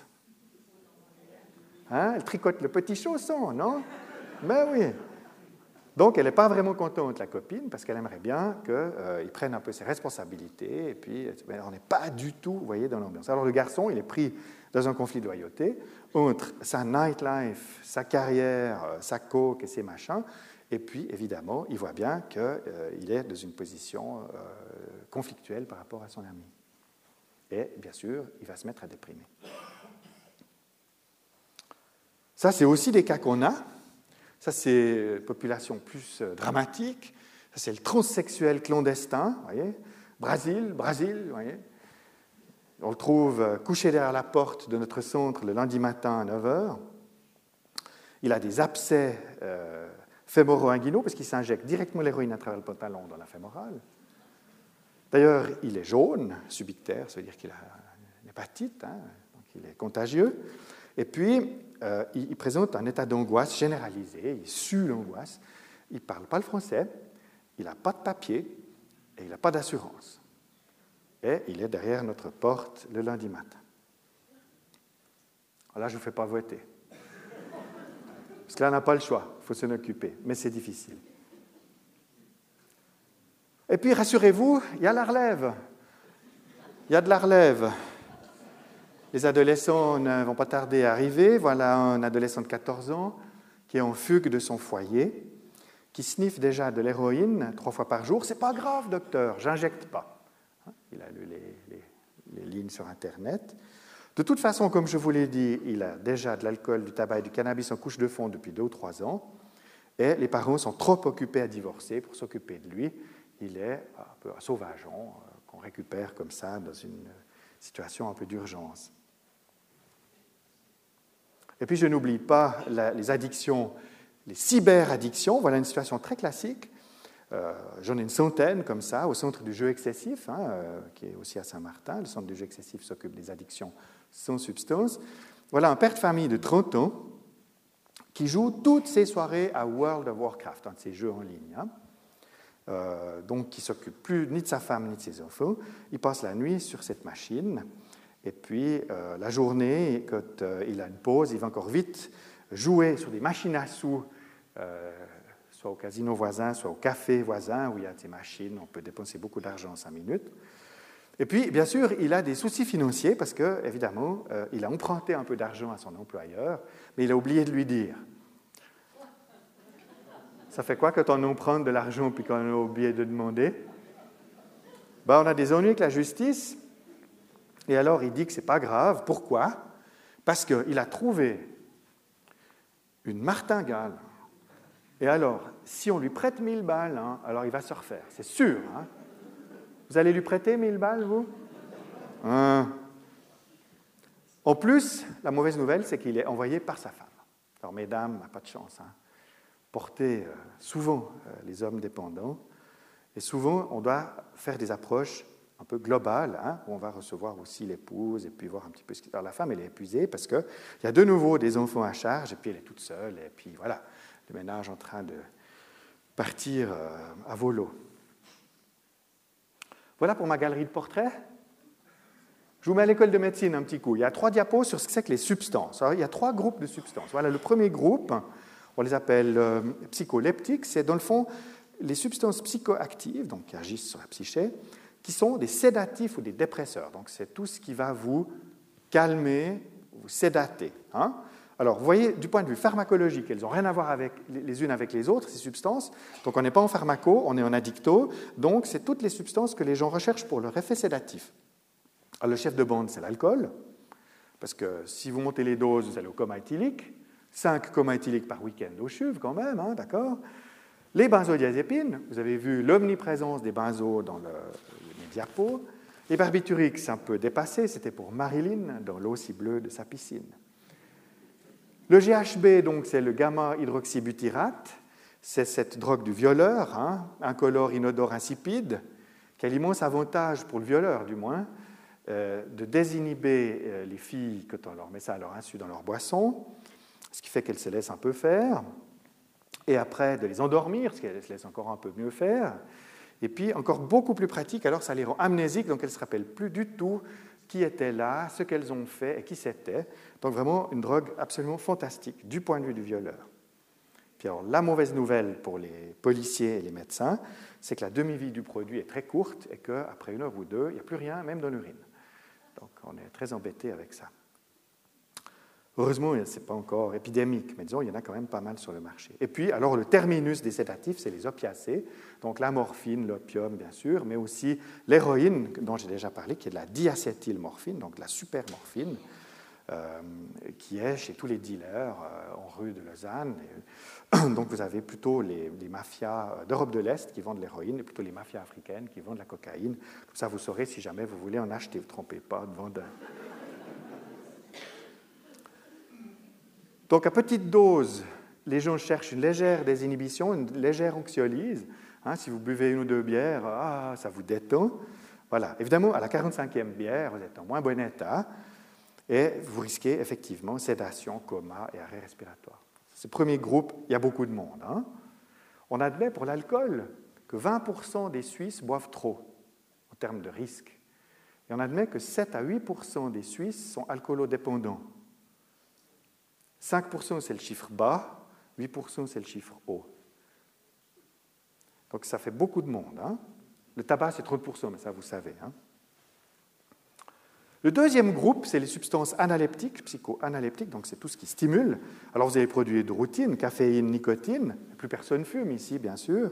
Elles tricotent le petit chausson, non? Ben oui. Donc, elle n'est pas vraiment contente, la copine, parce qu'elle aimerait bien qu'il prenne un peu ses responsabilités, et puis on n'est pas du tout, vous voyez, dans l'ambiance. Alors, le garçon, il est pris dans un conflit de loyauté entre sa nightlife, sa carrière, sa coke et ses machins, et puis, évidemment, il voit bien qu'il est dans une position conflictuelle par rapport à son ami. Et, bien sûr, il va se mettre à déprimer. Ça, c'est aussi des cas qu'on a. Ça, c'est une population plus dramatique. Ça, c'est le transsexuel clandestin, vous voyez. Brésil, vous voyez. On le trouve couché derrière la porte de notre centre le lundi matin à 9h. Il a des abcès fémoro-inguinaux parce qu'il s'injecte directement l'héroïne à travers le pantalon dans la fémorale. D'ailleurs, il est jaune, subictaire, ça veut dire qu'il a une hépatite, donc il est contagieux. Et puis, il présente un état d'angoisse généralisé, il sue l'angoisse, il ne parle pas le français, il n'a pas de papier et il n'a pas d'assurance. Et il est derrière notre porte le lundi matin. Alors là, je ne vous fais pas voter. Parce que là, on n'a pas le choix, il faut s'en occuper, mais c'est difficile. Et puis, rassurez-vous, il y a la relève. Il y a de la relève. Les adolescents ne vont pas tarder à arriver. Voilà un adolescent de 14 ans qui est en fugue de son foyer, qui sniffe déjà de l'héroïne 3 fois par jour. « C'est pas grave, docteur, j'injecte pas. » Il a lu les lignes sur Internet. De toute façon, comme je vous l'ai dit, il a déjà de l'alcool, du tabac et du cannabis en couche de fond depuis 2 ou 3 ans. Et les parents sont trop occupés à divorcer pour s'occuper de lui. Il est un peu un sauvageon qu'on récupère comme ça dans une situation un peu d'urgence. Et puis, je n'oublie pas les addictions, les cyberaddictions. Voilà une situation très classique. J'en ai une centaine comme ça au centre du jeu excessif, qui est aussi à Saint-Martin. Le centre du jeu excessif s'occupe des addictions sans substance. Voilà un père de famille de 30 ans qui joue toutes ses soirées à World of Warcraft, un de ces jeux en ligne. Donc, qui ne s'occupe plus ni de sa femme ni de ses enfants. Il passe la nuit sur cette machine. Et puis, la journée, quand il a une pause, il va encore vite jouer sur des machines à sous, soit au casino voisin, soit au café voisin, où il y a ces machines, on peut dépenser beaucoup d'argent en 5 minutes. Et puis, bien sûr, il a des soucis financiers parce que, évidemment, il a emprunté un peu d'argent à son employeur, mais il a oublié de lui dire. Ça fait quoi quand on emprunte de l'argent puis qu'on a oublié de demander? On a des ennuis avec la justice. Et alors, il dit que ce n'est pas grave. Pourquoi? Parce qu'il a trouvé une martingale Et alors, si on lui prête 1000 balles, hein, alors il va se refaire, c'est sûr. Hein. Vous allez lui prêter 1000 balles, vous? En plus, la mauvaise nouvelle, c'est qu'il est envoyé par sa femme. Alors, mesdames, pas de chance. Hein. Porter souvent les hommes dépendants. Et souvent, on doit faire des approches un peu globales, hein, où on va recevoir aussi l'épouse et puis voir un petit peu ce qui... Alors, la femme, elle est épuisée parce qu'il y a de nouveau des enfants à charge et puis elle est toute seule. Et puis voilà, le ménage en train de partir à volo. Voilà pour ma galerie de portraits. Je vous mets à l'école de médecine un petit coup. Il y a 3 diapos sur ce que c'est que les substances. Alors, il y a 3 groupes de substances. Voilà, le premier groupe, on les appelle psycholeptiques. C'est dans le fond les substances psychoactives, donc qui agissent sur la psyché, qui sont des sédatifs ou des dépresseurs. Donc, c'est tout ce qui va vous calmer, vous sédater. Hein. Alors, vous voyez, du point de vue pharmacologique, elles n'ont rien à voir avec, les unes avec les autres, ces substances. Donc, on n'est pas en pharmaco, on est en addicto. Donc, c'est toutes les substances que les gens recherchent pour leur effet sédatif. Alors, le chef de bande, c'est l'alcool, parce que si vous montez les doses, vous allez au coma éthylique. 5 comas éthyliques par week-end au chuve, quand même, hein, d'accord. Les benzodiazépines, vous avez vu l'omniprésence des benzos dans les diapos. Les barbituriques, c'est un peu dépassé, c'était pour Marilyn dans l'eau si bleue de sa piscine. Le GHB, donc, c'est le gamma-hydroxybutyrate, c'est cette drogue du violeur, hein, incolore, inodore, insipide, qui a l'immense avantage, pour le violeur du moins, de désinhiber les filles quand on leur met ça à leur insu dans leur boisson, ce qui fait qu'elles se laissent un peu faire, et après de les endormir, ce qu'elles se laissent encore un peu mieux faire, et puis encore beaucoup plus pratique, alors ça les rend amnésiques, donc elles ne se rappellent plus du tout qui était là, ce qu'elles ont fait et qui c'était. Donc vraiment une drogue absolument fantastique du point de vue du violeur. Puis alors la mauvaise nouvelle pour les policiers et les médecins, c'est que la demi-vie du produit est très courte et qu'après 1 heure ou 2, il n'y a plus rien, même dans l'urine. Donc on est très embêté avec ça. Heureusement, ce n'est pas encore épidémique, mais disons, il y en a quand même pas mal sur le marché. Et puis, alors, le terminus des sédatifs, c'est les opiacés, donc la morphine, l'opium, bien sûr, mais aussi l'héroïne, dont j'ai déjà parlé, qui est de la diacétylmorphine, donc de la supermorphine, qui est chez tous les dealers en rue de Lausanne. Et, donc, vous avez plutôt les mafias d'Europe de l'Est qui vendent l'héroïne, et plutôt les mafias africaines qui vendent la cocaïne. Comme ça, vous saurez si jamais vous voulez en acheter. Vous ne trompez pas devant d'un... Donc, à petite dose, les gens cherchent une légère désinhibition, une légère anxiolyse. Hein, si vous buvez 1 ou 2 bières, ça vous détend. Voilà. Évidemment, à la 45e bière, vous êtes en moins bon état et vous risquez effectivement sédation, coma et arrêt respiratoire. Ce premier groupe, il y a beaucoup de monde. Hein. On admet pour l'alcool que 20% des Suisses boivent trop en termes de risque. Et on admet que 7 à 8% des Suisses sont alcoolodépendants. 5%, c'est le chiffre bas, 8%, c'est le chiffre haut. Donc, ça fait beaucoup de monde. Hein. Le tabac, c'est 30%, mais ça, vous savez. Hein. Le deuxième groupe, c'est les substances analeptiques, psychoanaleptiques, donc c'est tout ce qui stimule. Alors, vous avez les produits de routine, caféine, nicotine. Plus personne fume ici, bien sûr.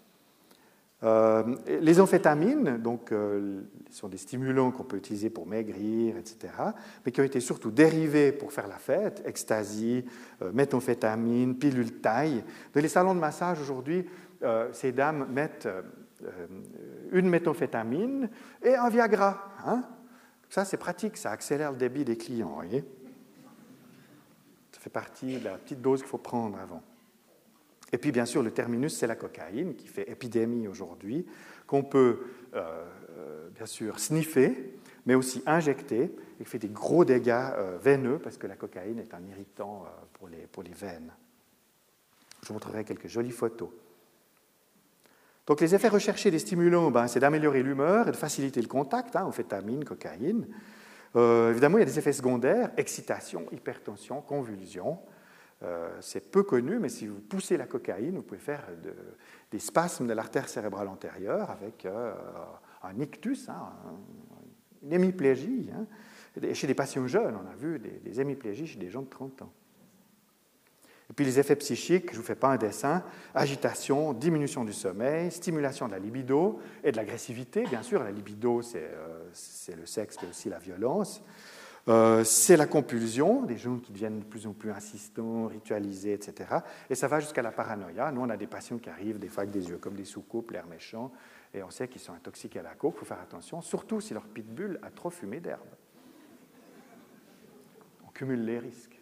Les amphétamines, donc, sont des stimulants qu'on peut utiliser pour maigrir, etc., mais qui ont été surtout dérivés pour faire la fête, ecstasy, méthamphétamine, pilule taille. Dans les salons de massage, aujourd'hui, ces dames mettent une méthamphétamine et un Viagra. Hein. Ça, c'est pratique, ça accélère le débit des clients, vous voyez. Ça fait partie de la petite dose qu'il faut prendre avant. Et puis, bien sûr, le terminus, c'est la cocaïne, qui fait épidémie aujourd'hui, qu'on peut, bien sûr, sniffer, mais aussi injecter, et qui fait des gros dégâts veineux, parce que la cocaïne est un irritant pour les veines. Je vous montrerai quelques jolies photos. Donc, les effets recherchés des stimulants, c'est d'améliorer l'humeur et de faciliter le contact, hein, amphétamine, cocaïne. Évidemment, il y a des effets secondaires, excitation, hypertension, convulsion. C'est peu connu, mais si vous poussez la cocaïne, vous pouvez faire des spasmes de l'artère cérébrale antérieure avec un ictus, hein, une hémiplégie. Hein. Et chez des patients jeunes, on a vu des hémiplégies chez des gens de 30 ans. Et puis les effets psychiques, je ne vous fais pas un dessin, agitation, diminution du sommeil, stimulation de la libido et de l'agressivité. Bien sûr, la libido, c'est le sexe, mais aussi la violence. C'est la compulsion, des gens qui deviennent de plus en plus insistants, ritualisés, etc. Et ça va jusqu'à la paranoïa. Nous, on a des patients qui arrivent des fois avec des yeux comme des soucoupes, l'air méchant, et on sait qu'ils sont intoxiqués à la coke. Il faut faire attention, surtout si leur pitbull a trop fumé d'herbe. On cumule les risques.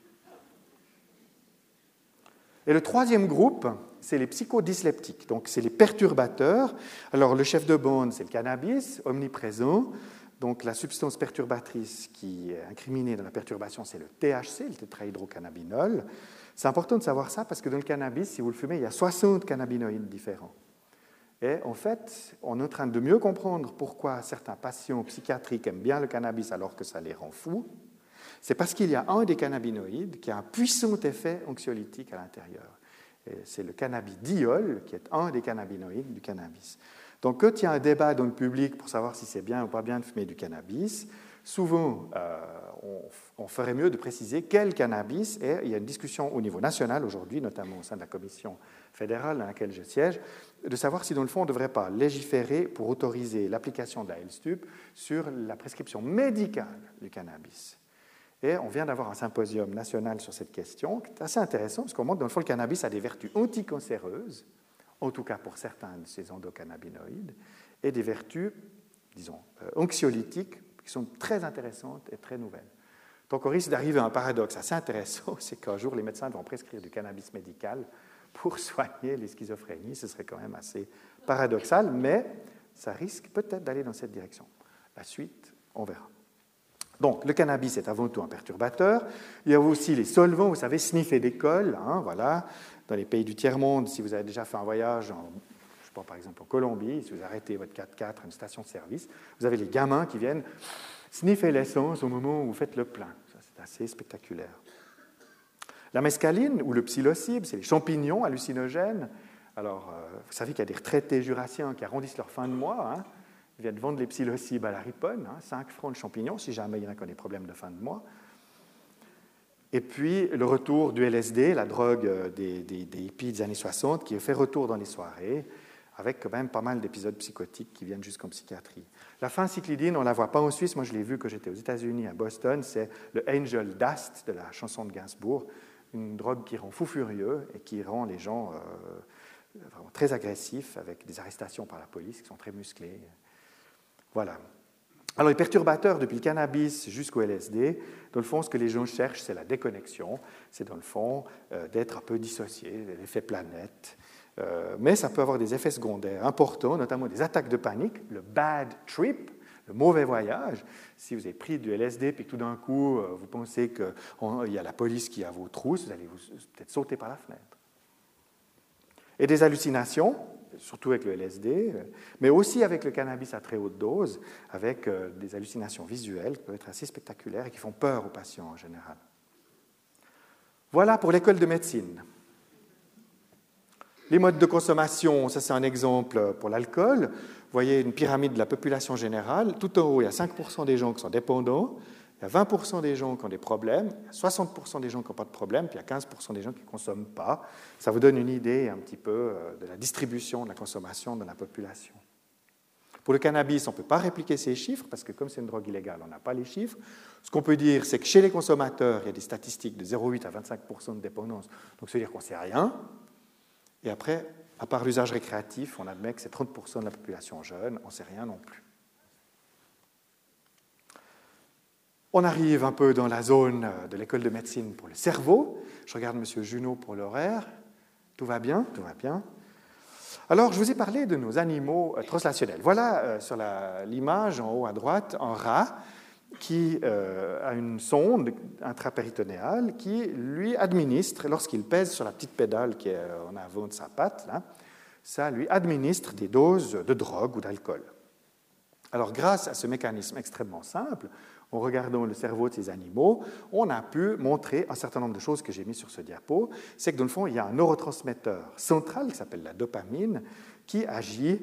Et le troisième groupe, c'est les psychodysleptiques, donc c'est les perturbateurs. Alors le chef de bande, c'est le cannabis, omniprésent. Donc la substance perturbatrice qui est incriminée dans la perturbation, c'est le THC, le tétrahydrocannabinol. C'est important de savoir ça parce que dans le cannabis, si vous le fumez, il y a 60 cannabinoïdes différents. Et en fait, on est en train de mieux comprendre pourquoi certains patients psychiatriques aiment bien le cannabis alors que ça les rend fous. C'est parce qu'il y a un des cannabinoïdes qui a un puissant effet anxiolytique à l'intérieur. Et c'est le cannabidiol, qui est un des cannabinoïdes du cannabis. Donc, quand il y a un débat dans le public pour savoir si c'est bien ou pas bien de fumer du cannabis, souvent, on ferait mieux de préciser quel cannabis, et il y a une discussion au niveau national aujourd'hui, notamment au sein de la commission fédérale dans laquelle je siège, de savoir si, dans le fond, on ne devrait pas légiférer pour autoriser l'application de la LSTUP sur la prescription médicale du cannabis. Et on vient d'avoir un symposium national sur cette question, qui est assez intéressant, parce qu'on montre, dans le fond, le cannabis a des vertus anticancéreuses, en tout cas pour certains de ces endocannabinoïdes, et des vertus, disons, anxiolytiques, qui sont très intéressantes et très nouvelles. Donc on risque d'arriver à un paradoxe assez intéressant, c'est qu'un jour les médecins vont prescrire du cannabis médical pour soigner les schizophrénies. Ce serait quand même assez paradoxal, mais ça risque peut-être d'aller dans cette direction. La suite, on verra. Donc, le cannabis est avant tout un perturbateur. Il y a aussi les solvants, vous savez, sniffer des cols, voilà. Dans les pays du tiers-monde, si vous avez déjà fait un voyage, je sais pas, par exemple en Colombie, si vous arrêtez votre 4x4 à une station-service, vous avez les gamins qui viennent sniffer l'essence au moment où vous faites le plein. Ça, c'est assez spectaculaire. La mescaline ou le psilocybe, c'est les champignons hallucinogènes. Alors, vous savez qu'il y a des retraités jurassiens qui arrondissent leur fin de mois, Ils viennent vendre les psilocybes à la riponne, 5 francs de champignons, si jamais il y en a qui ont des problèmes de fin de mois. Et puis, le retour du LSD, la drogue des hippies des années 60, qui fait retour dans les soirées, avec quand même pas mal d'épisodes psychotiques qui viennent jusqu'en psychiatrie. La phencyclidine, on ne la voit pas en Suisse. Moi, je l'ai vu quand j'étais aux États-Unis, à Boston. C'est le Angel Dust de la chanson de Gainsbourg, une drogue qui rend fou furieux et qui rend les gens vraiment très agressifs, avec des arrestations par la police qui sont très musclées. Voilà. Alors, les perturbateurs, depuis le cannabis jusqu'au LSD, dans le fond, ce que les gens cherchent, c'est la déconnexion. C'est, dans le fond, d'être un peu dissocié, l'effet planète. Mais ça peut avoir des effets secondaires importants, notamment des attaques de panique, le bad trip, le mauvais voyage. Si vous avez pris du LSD, puis tout d'un coup, vous pensez qu'il y a la police qui est à vos trousses, vous allez peut-être sauter par la fenêtre. Et des hallucinations, surtout avec le LSD, mais aussi avec le cannabis à très haute dose, avec des hallucinations visuelles qui peuvent être assez spectaculaires et qui font peur aux patients en général. Voilà pour l'école de médecine. Les modes de consommation, ça c'est un exemple pour l'alcool. Vous voyez une pyramide de la population générale. Tout en haut, il y a 5% des gens qui sont dépendants, il y a 20% des gens qui ont des problèmes, il y a 60% des gens qui n'ont pas de problème, puis il y a 15% des gens qui ne consomment pas. Ça vous donne une idée un petit peu de la distribution de la consommation dans la population. Pour le cannabis, on ne peut pas répliquer ces chiffres, parce que comme c'est une drogue illégale, on n'a pas les chiffres. Ce qu'on peut dire, c'est que chez les consommateurs, il y a des statistiques de 0,8 à 25% de dépendance. Donc ça veut dire qu'on ne sait rien. Et après, à part l'usage récréatif, on admet que c'est 30% de la population jeune, on ne sait rien non plus. On arrive un peu dans la zone de l'école de médecine pour le cerveau. Je regarde M. Junot pour l'horaire. Tout va bien? Tout va bien. Alors, je vous ai parlé de nos animaux translationnels. Voilà sur l'image en haut à droite un rat qui a une sonde intrapéritonéale qui lui administre, lorsqu'il pèse sur la petite pédale qui est en avant de sa patte, là, ça lui administre des doses de drogue ou d'alcool. Alors, grâce à ce mécanisme extrêmement simple, en regardant le cerveau de ces animaux, on a pu montrer un certain nombre de choses que j'ai mis sur ce diapo. C'est que, dans le fond, il y a un neurotransmetteur central qui s'appelle la dopamine qui agit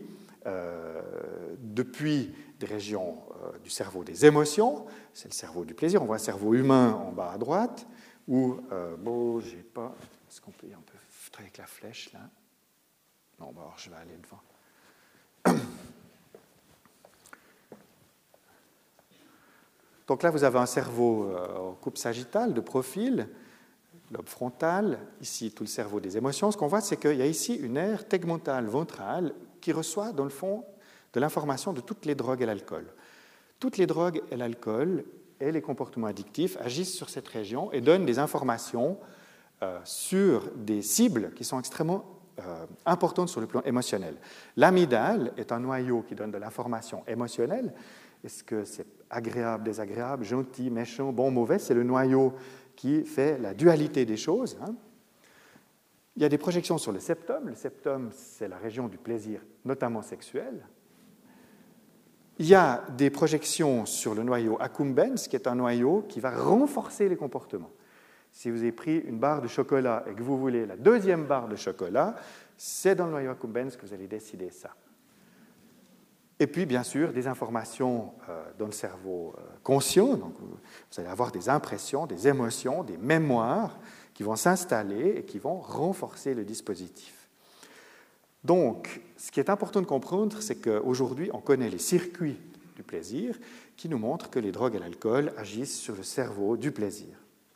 depuis des régions du cerveau des émotions, c'est le cerveau du plaisir. On voit un cerveau humain en bas à droite, où, j'ai pas, est-ce qu'on peut travailler avec la flèche là? Non, alors je vais aller devant. Donc là, vous avez un cerveau en coupe sagittale, de profil, lobe frontal, ici tout le cerveau des émotions. Ce qu'on voit, c'est qu'il y a ici une aire tegmontale ventrale qui reçoit, dans le fond, de l'information de toutes les drogues et l'alcool. Toutes les drogues et l'alcool et les comportements addictifs agissent sur cette région et donnent des informations sur des cibles qui sont extrêmement importantes sur le plan émotionnel. L'amygdale est un noyau qui donne de l'information émotionnelle. Est-ce que c'est agréable, désagréable, gentil, méchant, bon, mauvais? C'est le noyau qui fait la dualité des choses. Il y a des projections sur le septum. Le septum, c'est la région du plaisir, notamment sexuel. Il y a des projections sur le noyau accumbens, qui est un noyau qui va renforcer les comportements. Si vous avez pris une barre de chocolat et que vous voulez la deuxième barre de chocolat, c'est dans le noyau accumbens que vous allez décider ça. Et puis, bien sûr, des informations dans le cerveau conscient. Donc, vous allez avoir des impressions, des émotions, des mémoires qui vont s'installer et qui vont renforcer le dispositif. Donc, ce qui est important de comprendre, c'est qu'aujourd'hui, on connaît les circuits du plaisir qui nous montrent que les drogues et l'alcool agissent sur le cerveau du plaisir.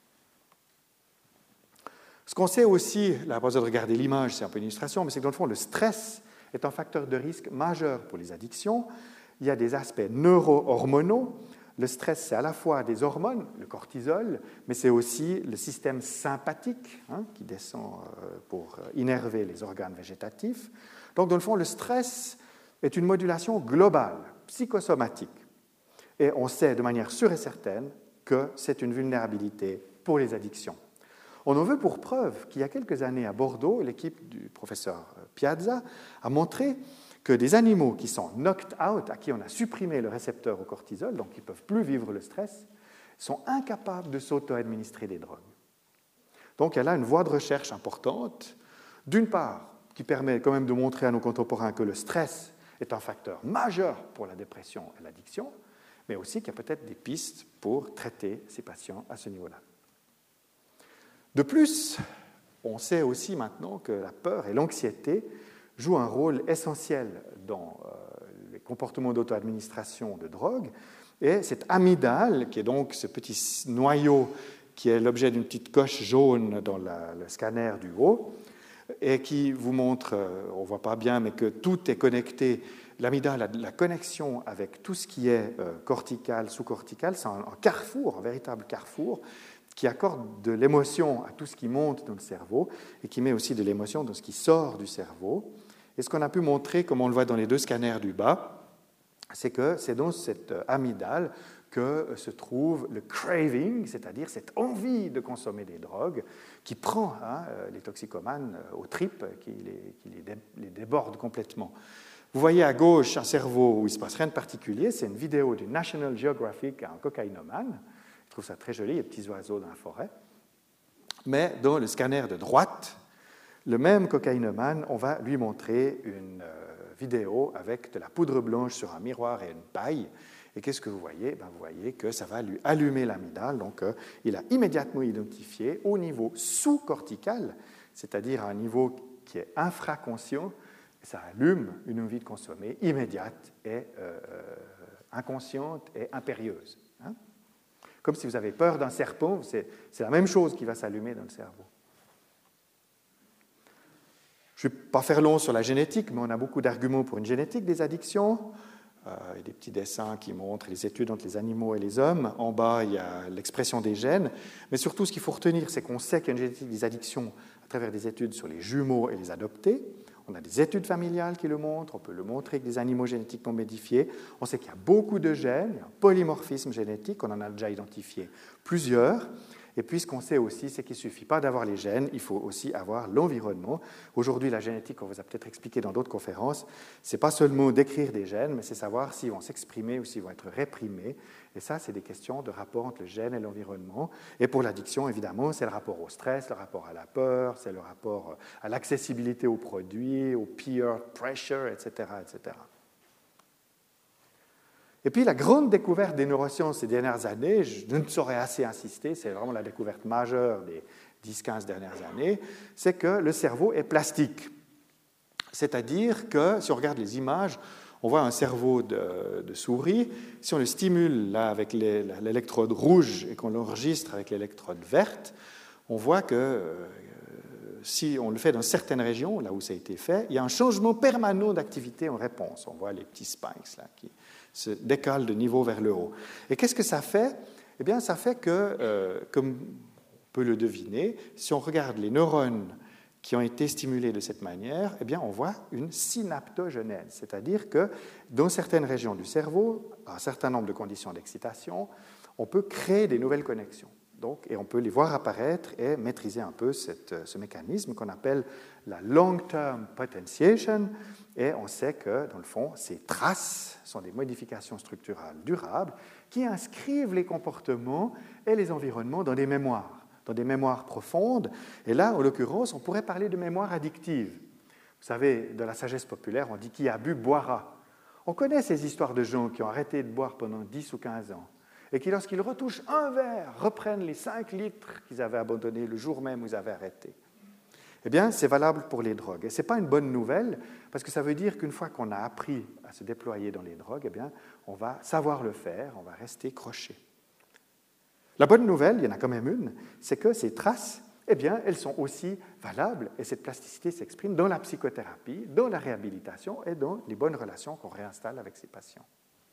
Ce qu'on sait aussi, là, pas besoin de regarder l'image, c'est un peu une illustration, mais c'est que dans le fond, le stress est un facteur de risque majeur pour les addictions. Il y a des aspects neuro-hormonaux. Le stress, c'est à la fois des hormones, le cortisol, mais c'est aussi le système sympathique qui descend pour innerver les organes végétatifs. Donc, dans le fond, le stress est une modulation globale, psychosomatique. Et on sait de manière sûre et certaine que c'est une vulnérabilité pour les addictions. On en veut pour preuve qu'il y a quelques années à Bordeaux, l'équipe du professeur Piazza a montré que des animaux qui sont knocked out, à qui on a supprimé le récepteur au cortisol, donc qui ne peuvent plus vivre le stress, sont incapables de s'auto-administrer des drogues. Donc il y a là une voie de recherche importante, d'une part, qui permet quand même de montrer à nos contemporains que le stress est un facteur majeur pour la dépression et l'addiction, mais aussi qu'il y a peut-être des pistes pour traiter ces patients à ce niveau-là. De plus, on sait aussi maintenant que la peur et l'anxiété jouent un rôle essentiel dans les comportements d'auto-administration de drogue. Et cette amygdale, qui est donc ce petit noyau qui est l'objet d'une petite coche jaune dans le scanner du haut, et qui vous montre, on ne voit pas bien, mais que tout est connecté. L'amygdale a la connexion avec tout ce qui est cortical, sous-cortical. C'est un carrefour, un véritable carrefour, qui accorde de l'émotion à tout ce qui monte dans le cerveau et qui met aussi de l'émotion dans ce qui sort du cerveau. Et ce qu'on a pu montrer, comme on le voit dans les deux scanners du bas, c'est que c'est dans cette amygdale que se trouve le craving, c'est-à-dire cette envie de consommer des drogues qui prend les toxicomanes aux tripes, qui les déborde complètement. Vous voyez à gauche un cerveau où il ne se passe rien de particulier, c'est une vidéo du National Geographic à un cocaïnomane. Je trouve ça très joli, les petits oiseaux dans la forêt. Mais dans le scanner de droite, le même cocaïnomane, on va lui montrer une vidéo avec de la poudre blanche sur un miroir et une paille. Et qu'est-ce que vous voyez? Vous voyez que ça va lui allumer l'amygdale. Donc, il a immédiatement identifié au niveau sous-cortical, c'est-à-dire à un niveau qui est infraconscient, ça allume une envie de consommer immédiate et inconsciente et impérieuse. Comme si vous avez peur d'un serpent, c'est la même chose qui va s'allumer dans le cerveau. Je ne vais pas faire long sur la génétique, mais on a beaucoup d'arguments pour une génétique des addictions. Il y a des petits dessins qui montrent les études entre les animaux et les hommes. En bas, il y a l'expression des gènes. Mais surtout, ce qu'il faut retenir, c'est qu'on sait qu'il y a une génétique des addictions à travers des études sur les jumeaux et les adoptés. On a des études familiales qui le montrent, on peut le montrer avec des animaux génétiquement modifiés. On sait qu'il y a beaucoup de gènes, un polymorphisme génétique, on en a déjà identifié plusieurs. Et puis ce qu'on sait aussi, c'est qu'il ne suffit pas d'avoir les gènes, il faut aussi avoir l'environnement. Aujourd'hui, la génétique, on vous a peut-être expliqué dans d'autres conférences, ce n'est pas seulement d'écrire des gènes, mais c'est savoir s'ils vont s'exprimer ou s'ils vont être réprimés. Et ça, c'est des questions de rapport entre le gène et l'environnement. Et pour l'addiction, évidemment, c'est le rapport au stress, le rapport à la peur, c'est le rapport à l'accessibilité aux produits, au peer pressure, etc., etc. Et puis la grande découverte des neurosciences ces dernières années, je ne saurais assez insister, c'est vraiment la découverte majeure des 10-15 dernières années, c'est que le cerveau est plastique. C'est-à-dire que, si on regarde les images, On voit un cerveau de souris. Si on le stimule là, avec l'électrode rouge et qu'on l'enregistre avec l'électrode verte, on voit que si on le fait dans certaines régions, là où ça a été fait, il y a un changement permanent d'activité en réponse. On voit les petits spikes là, qui se décalent de niveau vers le haut. Et qu'est-ce que ça fait? Eh bien, ça fait que, comme on peut le deviner, si on regarde les neurones qui ont été stimulés de cette manière, eh bien, on voit une synaptogenèse, c'est-à-dire que dans certaines régions du cerveau, à un certain nombre de conditions d'excitation, on peut créer des nouvelles connexions. Donc, et on peut les voir apparaître et maîtriser un peu ce mécanisme qu'on appelle la long-term potentiation. Et on sait que, dans le fond, ces traces sont des modifications structurales durables qui inscrivent les comportements et les environnements dans des mémoires profondes. Et là, en l'occurrence, on pourrait parler de mémoire addictive. Vous savez, de la sagesse populaire, on dit qui a bu boira. On connaît ces histoires de gens qui ont arrêté de boire pendant 10 ou 15 ans et qui, lorsqu'ils retouchent un verre, reprennent les 5 litres qu'ils avaient abandonnés le jour même où ils avaient arrêté. Eh bien, c'est valable pour les drogues. Et ce n'est pas une bonne nouvelle, parce que ça veut dire qu'une fois qu'on a appris à se déployer dans les drogues, eh bien, on va savoir le faire, on va rester croché. La bonne nouvelle, il y en a quand même une, c'est que ces traces, eh bien, elles sont aussi valables, et cette plasticité s'exprime dans la psychothérapie, dans la réhabilitation et dans les bonnes relations qu'on réinstalle avec ces patients.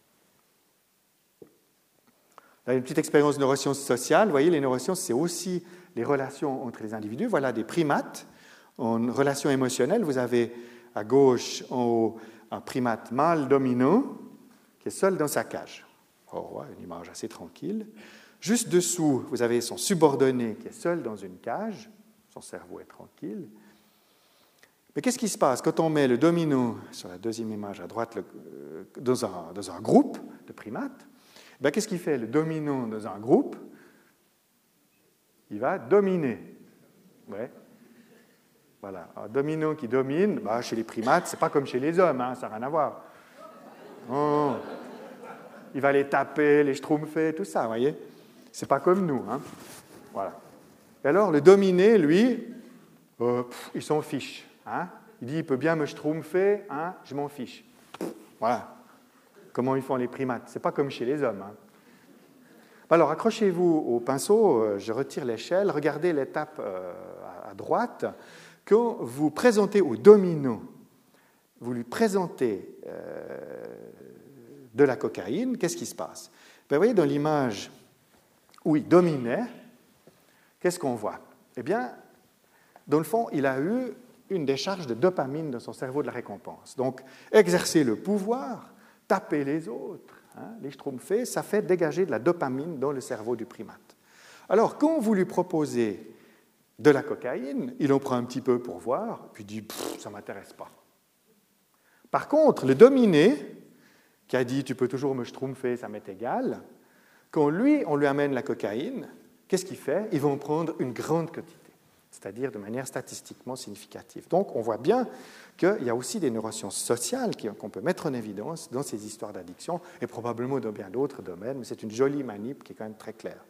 Là, une petite expérience de neurosciences sociales. Vous voyez, les neurosciences, c'est aussi les relations entre les individus. Voilà des primates en relation émotionnelle. Vous avez à gauche, en haut, un primate mâle dominant qui est seul dans sa cage. Oh, ouais, une image assez tranquille. Juste dessous, vous avez son subordonné qui est seul dans une cage. Son cerveau est tranquille. Mais qu'est-ce qui se passe quand on met le dominant, sur la deuxième image à droite, dans un groupe de primates? Ben, qu'est-ce qu'il fait, le dominant dans un groupe? Il va dominer. Ouais. Voilà. Un dominant qui domine, ben, chez les primates, ce n'est pas comme chez les hommes, hein, ça n'a rien à voir. Oh. Il va les taper, les schtroumpfer, tout ça, vous voyez? Ce n'est pas comme nous. Hein. Voilà. Et alors, le dominé, lui, il s'en fiche. Hein. Il dit, il peut bien me schtroumpfer, hein, je m'en fiche. Voilà. Comment ils font les primates. Ce n'est pas comme chez les hommes. Hein. Alors, accrochez-vous au pinceau, je retire l'échelle, regardez l'étape à droite. Quand vous présentez au dominant, vous lui présentez de la cocaïne, qu'est-ce qui se passe? Ben, vous voyez, dans l'image où il dominait, qu'est-ce qu'on voit? Eh bien, dans le fond, il a eu une décharge de dopamine dans son cerveau de la récompense. Donc, exercer le pouvoir, taper les autres, hein, les schtroumpfer, ça fait dégager de la dopamine dans le cerveau du primate. Alors, quand vous lui proposez de la cocaïne, il en prend un petit peu pour voir, puis il dit « ça ne m'intéresse pas ». Par contre, le dominé, qui a dit « tu peux toujours me schtroumpfer, ça m'est égal », quand on lui amène la cocaïne, qu'est-ce qu'il fait? Il va en prendre une grande quantité, c'est-à-dire de manière statistiquement significative. Donc, on voit bien qu'il y a aussi des neurosciences sociales qu'on peut mettre en évidence dans ces histoires d'addiction, et probablement dans bien d'autres domaines, mais c'est une jolie manip qui est quand même très claire.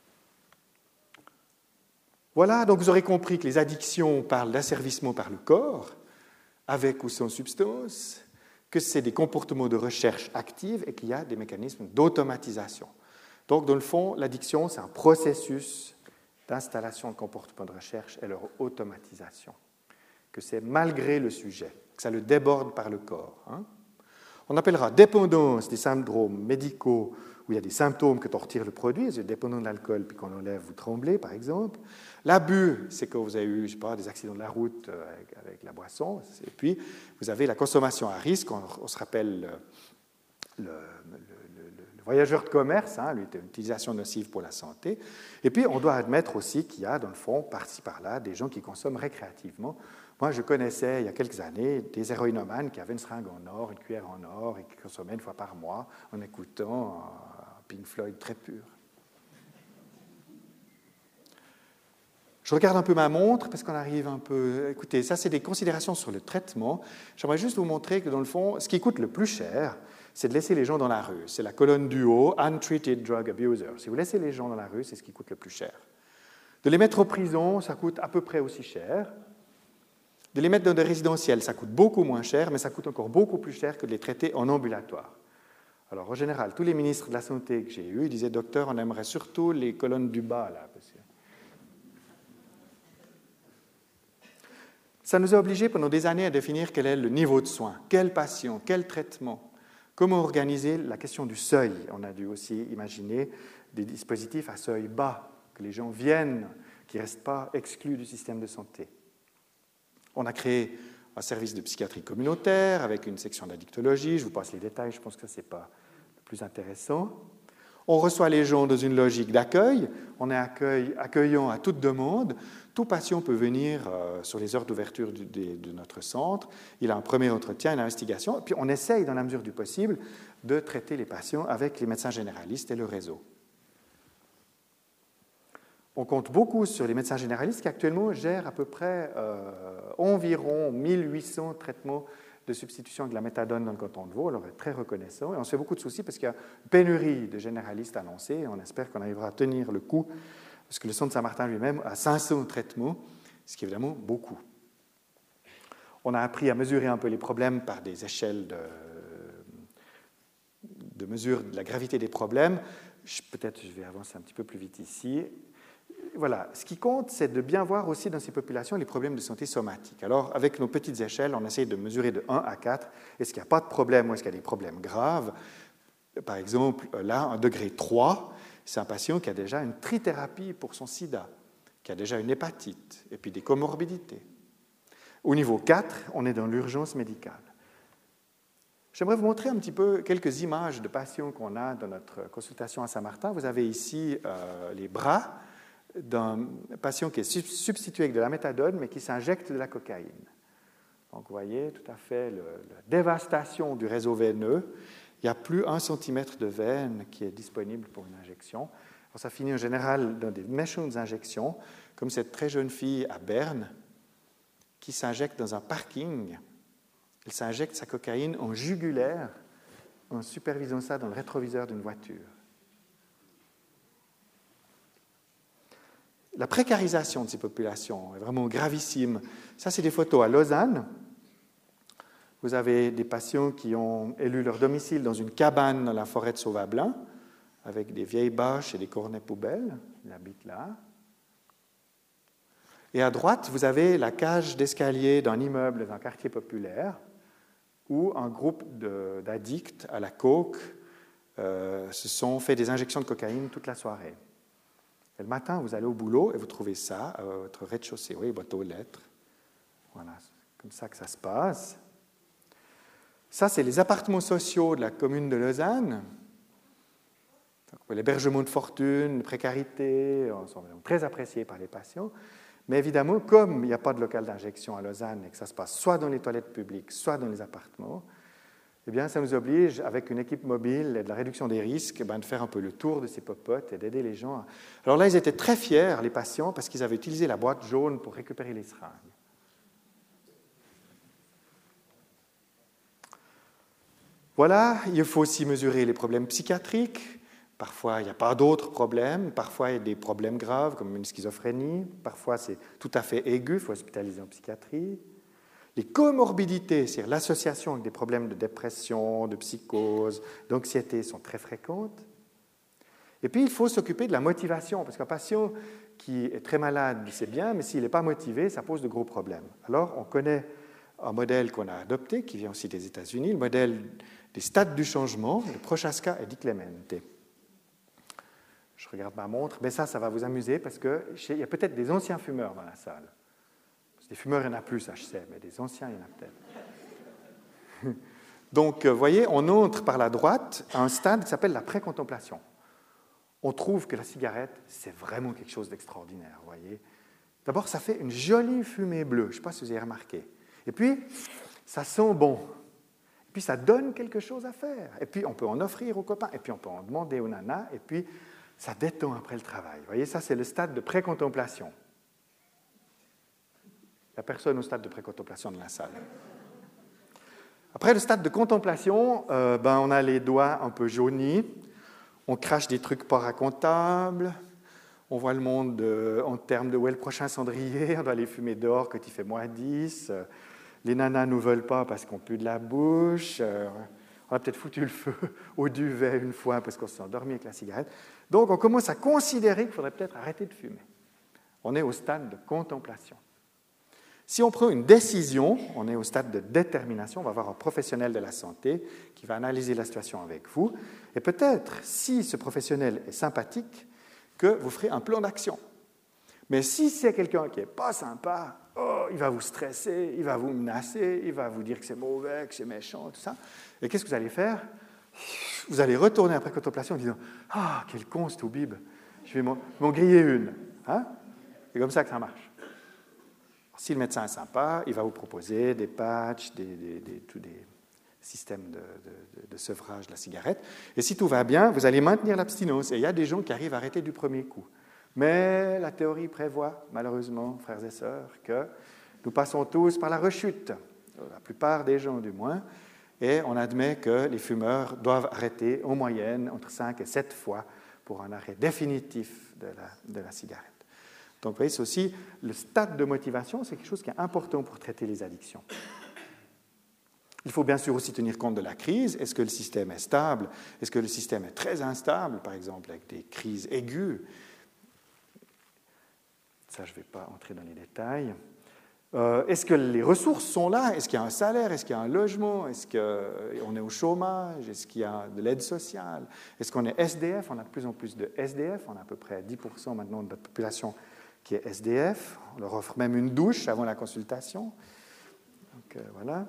Voilà, donc vous aurez compris que les addictions parlent d'asservissement par le corps, avec ou sans substance, que c'est des comportements de recherche active et qu'il y a des mécanismes d'automatisation. Donc, dans le fond, l'addiction, c'est un processus d'installation de comportements de recherche et leur automatisation. Que c'est malgré le sujet, que ça le déborde par le corps. Hein. On appellera dépendance des syndromes médicaux où il y a des symptômes que on retire le produit, c'est dépendant de l'alcool, puis qu'on enlève, vous tremblez, par exemple. L'abus, c'est quand vous avez eu, je sais pas, des accidents de la route avec la boisson. Et puis, vous avez la consommation à risque, on se rappelle le voyageur de commerce, hein, l'utilisation nocive pour la santé. Et puis, on doit admettre aussi qu'il y a, dans le fond, par-ci, par-là, des gens qui consomment récréativement. Moi, je connaissais, il y a quelques années, des héroïnomanes qui avaient une seringue en or, une cuillère en or, et qui consommaient une fois par mois en écoutant Pink Floyd très pur. Je regarde un peu ma montre, parce qu'on arrive un peu... Écoutez, ça, c'est des considérations sur le traitement. J'aimerais juste vous montrer que, dans le fond, ce qui coûte le plus cher, c'est de laisser les gens dans la rue. C'est la colonne du haut, Untreated Drug Abusers. Si vous laissez les gens dans la rue, c'est ce qui coûte le plus cher. De les mettre en prison, ça coûte à peu près aussi cher. De les mettre dans des résidentiels, ça coûte beaucoup moins cher, mais ça coûte encore beaucoup plus cher que de les traiter en ambulatoire. Alors, en général, tous les ministres de la Santé que j'ai eus disaient « Docteur, on aimerait surtout les colonnes du bas, là. » Ça nous a obligés pendant des années à définir quel est le niveau de soins, quel patient, quel traitement, comment organiser la question du seuil. On a dû aussi imaginer des dispositifs à seuil bas, que les gens viennent, qui ne restent pas exclus du système de santé. On a créé un service de psychiatrie communautaire avec une section d'addictologie. Je vous passe les détails, je pense que ce n'est pas le plus intéressant. On reçoit les gens dans une logique d'accueil. On est accueillant à toute demande. Tout patient peut venir sur les heures d'ouverture de notre centre. Il a un premier entretien, une investigation. Puis on essaye, dans la mesure du possible, de traiter les patients avec les médecins généralistes et le réseau. On compte beaucoup sur les médecins généralistes qui actuellement gèrent à peu près environ 1800 traitements de substitution de la méthadone dans le canton de Vaud. On est très reconnaissant et on se fait beaucoup de soucis parce qu'il y a une pénurie de généralistes annoncés et on espère qu'on arrivera à tenir le coup parce que le centre Saint-Martin lui-même a 500 traitements, ce qui est évidemment beaucoup. On a appris à mesurer un peu les problèmes par des échelles de mesure de la gravité des problèmes. Peut-être je vais avancer un petit peu plus vite ici. Voilà, ce qui compte, c'est de bien voir aussi dans ces populations les problèmes de santé somatique. Alors, avec nos petites échelles, on essaye de mesurer de 1 à 4. Est-ce qu'il n'y a pas de problème ou est-ce qu'il y a des problèmes graves? Par exemple, là, un degré 3, c'est un patient qui a déjà une trithérapie pour son sida, qui a déjà une hépatite et puis des comorbidités. Au niveau 4, on est dans l'urgence médicale. J'aimerais vous montrer un petit peu quelques images de patients qu'on a dans notre consultation à Saint-Martin. Vous avez ici les bras d'un patient qui est substitué avec de la méthadone, mais qui s'injecte de la cocaïne. Donc, vous voyez tout à fait la dévastation du réseau veineux. Il n'y a plus 1 centimètre de veine qui est disponible pour une injection. Alors, ça finit en général dans des méchantes injections, comme cette très jeune fille à Berne qui s'injecte dans un parking. Elle s'injecte sa cocaïne en jugulaire en supervisant ça dans le rétroviseur d'une voiture. La précarisation de ces populations est vraiment gravissime. Ça, c'est des photos à Lausanne. Vous avez des patients qui ont élu leur domicile dans une cabane dans la forêt de Sauvablin, avec des vieilles bâches et des cornets poubelles. Ils habitent là. Et à droite, vous avez la cage d'escalier d'un immeuble dans un quartier populaire où un groupe d'addicts à la coke se sont fait des injections de cocaïne toute la soirée. Et le matin, vous allez au boulot et vous trouvez ça à votre rez-de-chaussée, oui, boîte aux lettres. Voilà, c'est comme ça que ça se passe. Ça, c'est les appartements sociaux de la commune de Lausanne. L'hébergement de fortune, de précarité, sont très appréciés par les patients. Mais évidemment, comme il n'y a pas de local d'injection à Lausanne et que ça se passe soit dans les toilettes publiques, soit dans les appartements, eh bien, ça nous oblige, avec une équipe mobile et de la réduction des risques, de faire un peu le tour de ces popotes et d'aider les gens. Alors là, ils étaient très fiers, les patients, parce qu'ils avaient utilisé la boîte jaune pour récupérer les seringues. Voilà, il faut aussi mesurer les problèmes psychiatriques. Parfois, il n'y a pas d'autres problèmes. Parfois, il y a des problèmes graves, comme une schizophrénie. Parfois, c'est tout à fait aigu, il faut hospitaliser en psychiatrie. Les comorbidités, c'est-à-dire l'association avec des problèmes de dépression, de psychose, d'anxiété, sont très fréquentes. Et puis, il faut s'occuper de la motivation, parce qu'un patient qui est très malade, c'est bien, mais s'il n'est pas motivé, ça pose de gros problèmes. Alors, on connaît un modèle qu'on a adopté, qui vient aussi des États-Unis, le modèle des stades du changement, de Prochaska et Di Clemente. Je regarde ma montre, mais ça va vous amuser, parce qu'il y a peut-être des anciens fumeurs dans la salle. Des fumeurs, il y en a plus, ça je sais, mais des anciens, il y en a peut-être. Donc, vous voyez, on entre par la droite à un stade qui s'appelle la précontemplation. On trouve que la cigarette, c'est vraiment quelque chose d'extraordinaire, vous voyez. D'abord, ça fait une jolie fumée bleue, je ne sais pas si vous avez remarqué. Et puis, ça sent bon. Et puis, ça donne quelque chose à faire. Et puis, on peut en offrir aux copains. Et puis, on peut en demander aux nanas. Et puis, ça détend après le travail. Vous voyez, ça, c'est le stade de précontemplation. Il n'y a personne au stade de précontemplation de la salle. Après le stade de contemplation, on a les doigts un peu jaunis, on crache des trucs pas racontables, On voit le monde en termes de où est le prochain cendrier, on doit aller fumer dehors quand il fait -10. Les nanas ne nous veulent pas parce qu'on pue de la bouche. On a peut-être foutu le feu au duvet une fois parce qu'on s'est endormi avec la cigarette. Donc on commence à considérer qu'il faudrait peut-être arrêter de fumer. On est au stade de contemplation. Si on prend une décision, on est au stade de détermination, on va avoir un professionnel de la santé qui va analyser la situation avec vous. Et peut-être, si ce professionnel est sympathique, que vous ferez un plan d'action. Mais si c'est quelqu'un qui n'est pas sympa, il va vous stresser, il va vous menacer, il va vous dire que c'est mauvais, que c'est méchant, tout ça. Et qu'est-ce que vous allez faire? Vous allez retourner après contemplation en disant « Ah, quel con ce toubib, je vais m'en griller une. Hein » C'est comme ça que ça marche. Alors, si le médecin est sympa, il va vous proposer des patchs, tous des systèmes de sevrage de la cigarette. Et si tout va bien, vous allez maintenir l'abstinence. Et il y a des gens qui arrivent à arrêter du premier coup. Mais la théorie prévoit, malheureusement, frères et sœurs, que nous passons tous par la rechute, la plupart des gens du moins, et on admet que les fumeurs doivent arrêter en moyenne entre 5 et 7 fois pour un arrêt définitif de la cigarette. Donc vous voyez, c'est aussi le stade de motivation, c'est quelque chose qui est important pour traiter les addictions. Il faut bien sûr aussi tenir compte de la crise. Est-ce que le système est stable? Est-ce que le système est très instable, par exemple, avec des crises aiguës? Ça, je ne vais pas entrer dans les détails. Est-ce que les ressources sont là? Est-ce qu'il y a un salaire? Est-ce qu'il y a un logement? Est-ce qu'on est au chômage? Est-ce qu'il y a de l'aide sociale? Est-ce qu'on est SDF? On a de plus en plus de SDF. On a à peu près 10% maintenant de notre population qui est SDF. On leur offre même une douche avant la consultation. Donc, voilà.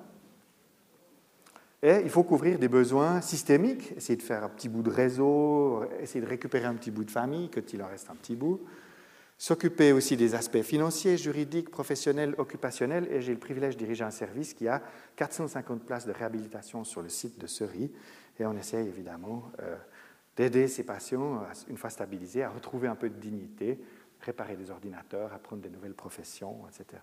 Et il faut couvrir des besoins systémiques, essayer de faire un petit bout de réseau, essayer de récupérer un petit bout de famille, quand il en reste un petit bout. S'occuper aussi des aspects financiers, juridiques, professionnels, occupationnels. Et j'ai le privilège de diriger un service qui a 450 places de réhabilitation sur le site de Seri. Et on essaye évidemment d'aider ces patients, une fois stabilisés, à retrouver un peu de dignité, réparer des ordinateurs, apprendre des nouvelles professions, etc.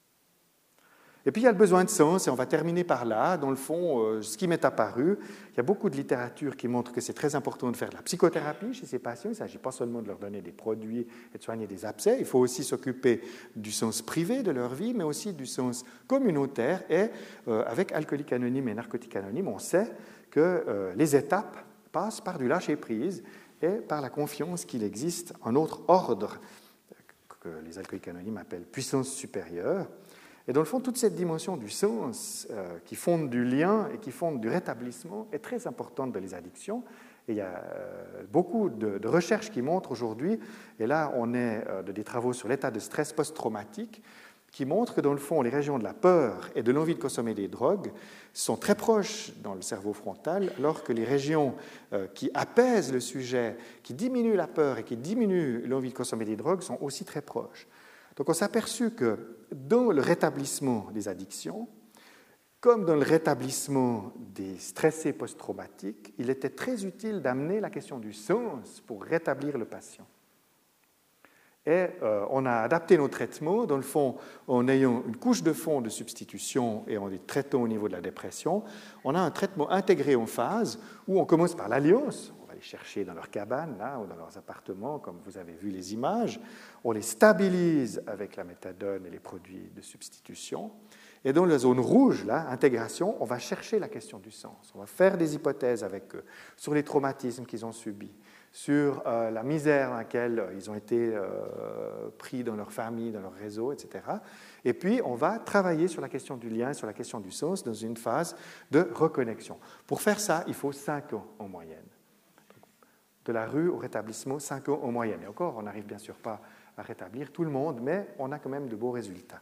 Et puis il y a le besoin de sens, et on va terminer par là. Dans le fond, ce qui m'est apparu, il y a beaucoup de littérature qui montre que c'est très important de faire de la psychothérapie chez ces patients. Il ne s'agit pas seulement de leur donner des produits et de soigner des abcès. Il faut aussi s'occuper du sens privé de leur vie, mais aussi du sens communautaire. Et avec Alcooliques Anonymes et Narcotiques Anonymes, on sait que les étapes passent par du lâcher-prise et par la confiance qu'il existe un autre ordre que les Alcooliques Anonymes appellent puissance supérieure. Et dans le fond, toute cette dimension du sens qui fonde du lien et qui fonde du rétablissement est très importante dans les addictions. Et il y a beaucoup de recherches qui montrent aujourd'hui, et là on est de des travaux sur l'état de stress post-traumatique, qui montrent que dans le fond, les régions de la peur et de l'envie de consommer des drogues sont très proches dans le cerveau frontal, alors que les régions qui apaisent le sujet, qui diminuent la peur et qui diminuent l'envie de consommer des drogues sont aussi très proches. Donc on s'est aperçu que dans le rétablissement des addictions, comme dans le rétablissement des stressés post-traumatiques, il était très utile d'amener la question du sens pour rétablir le patient. Et on a adapté nos traitements, dans le fond, en ayant une couche de fond de substitution et en les traitant au niveau de la dépression. On a un traitement intégré en phase où on commence par l'alliance. On va les chercher dans leur cabane là, ou dans leurs appartements, comme vous avez vu les images. On les stabilise avec la méthadone et les produits de substitution. Et dans la zone rouge, là, intégration, on va chercher la question du sens. On va faire des hypothèses avec eux sur les traumatismes qu'ils ont subis, sur la misère dans laquelle ils ont été pris dans leur famille, dans leur réseau, etc. Et puis, on va travailler sur la question du lien, sur la question du sens, dans une phase de reconnexion. Pour faire ça, il faut 5 ans en moyenne. De la rue au rétablissement, 5 ans en moyenne. Et encore, on n'arrive bien sûr pas à rétablir tout le monde, mais on a quand même de beaux résultats.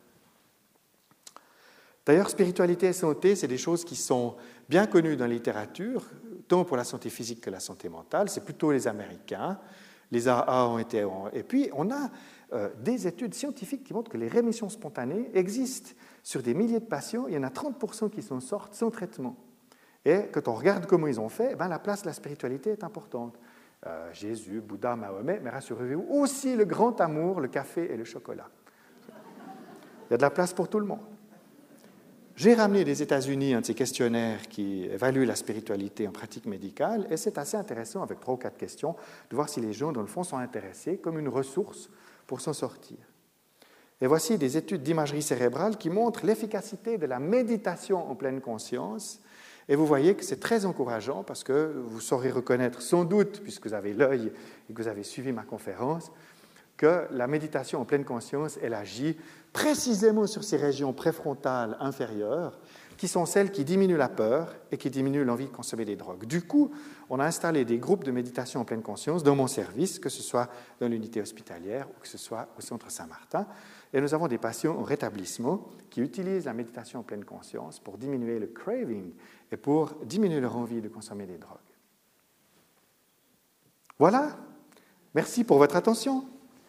D'ailleurs, spiritualité et santé, c'est des choses qui sont bien connues dans la littérature, tant pour la santé physique que la santé mentale. C'est plutôt les Américains. Les AA ont été... Et puis, on a des études scientifiques qui montrent que les rémissions spontanées existent. Sur des milliers de patients, il y en a 30% qui s'en sortent sans traitement. Et quand on regarde comment ils ont fait, la place de la spiritualité est importante. Jésus, Bouddha, Mahomet, mais rassurez-vous, aussi le grand amour, le café et le chocolat. Il y a de la place pour tout le monde. J'ai ramené des États-Unis un de ces questionnaires qui évalue la spiritualité en pratique médicale, et c'est assez intéressant, avec 3 ou 4 questions, de voir si les gens, dans le fond, sont intéressés comme une ressource pour s'en sortir. Et voici des études d'imagerie cérébrale qui montrent l'efficacité de la méditation en pleine conscience. Et vous voyez que c'est très encourageant parce que vous saurez reconnaître sans doute, puisque vous avez l'œil et que vous avez suivi ma conférence, que la méditation en pleine conscience, elle agit précisément sur ces régions préfrontales inférieures, qui sont celles qui diminuent la peur et qui diminuent l'envie de consommer des drogues. Du coup, on a installé des groupes de méditation en pleine conscience dans mon service, que ce soit dans l'unité hospitalière ou que ce soit au Centre Saint-Martin. Et nous avons des patients en rétablissement qui utilisent la méditation en pleine conscience pour diminuer le craving et pour diminuer leur envie de consommer des drogues. Voilà. Merci pour votre attention.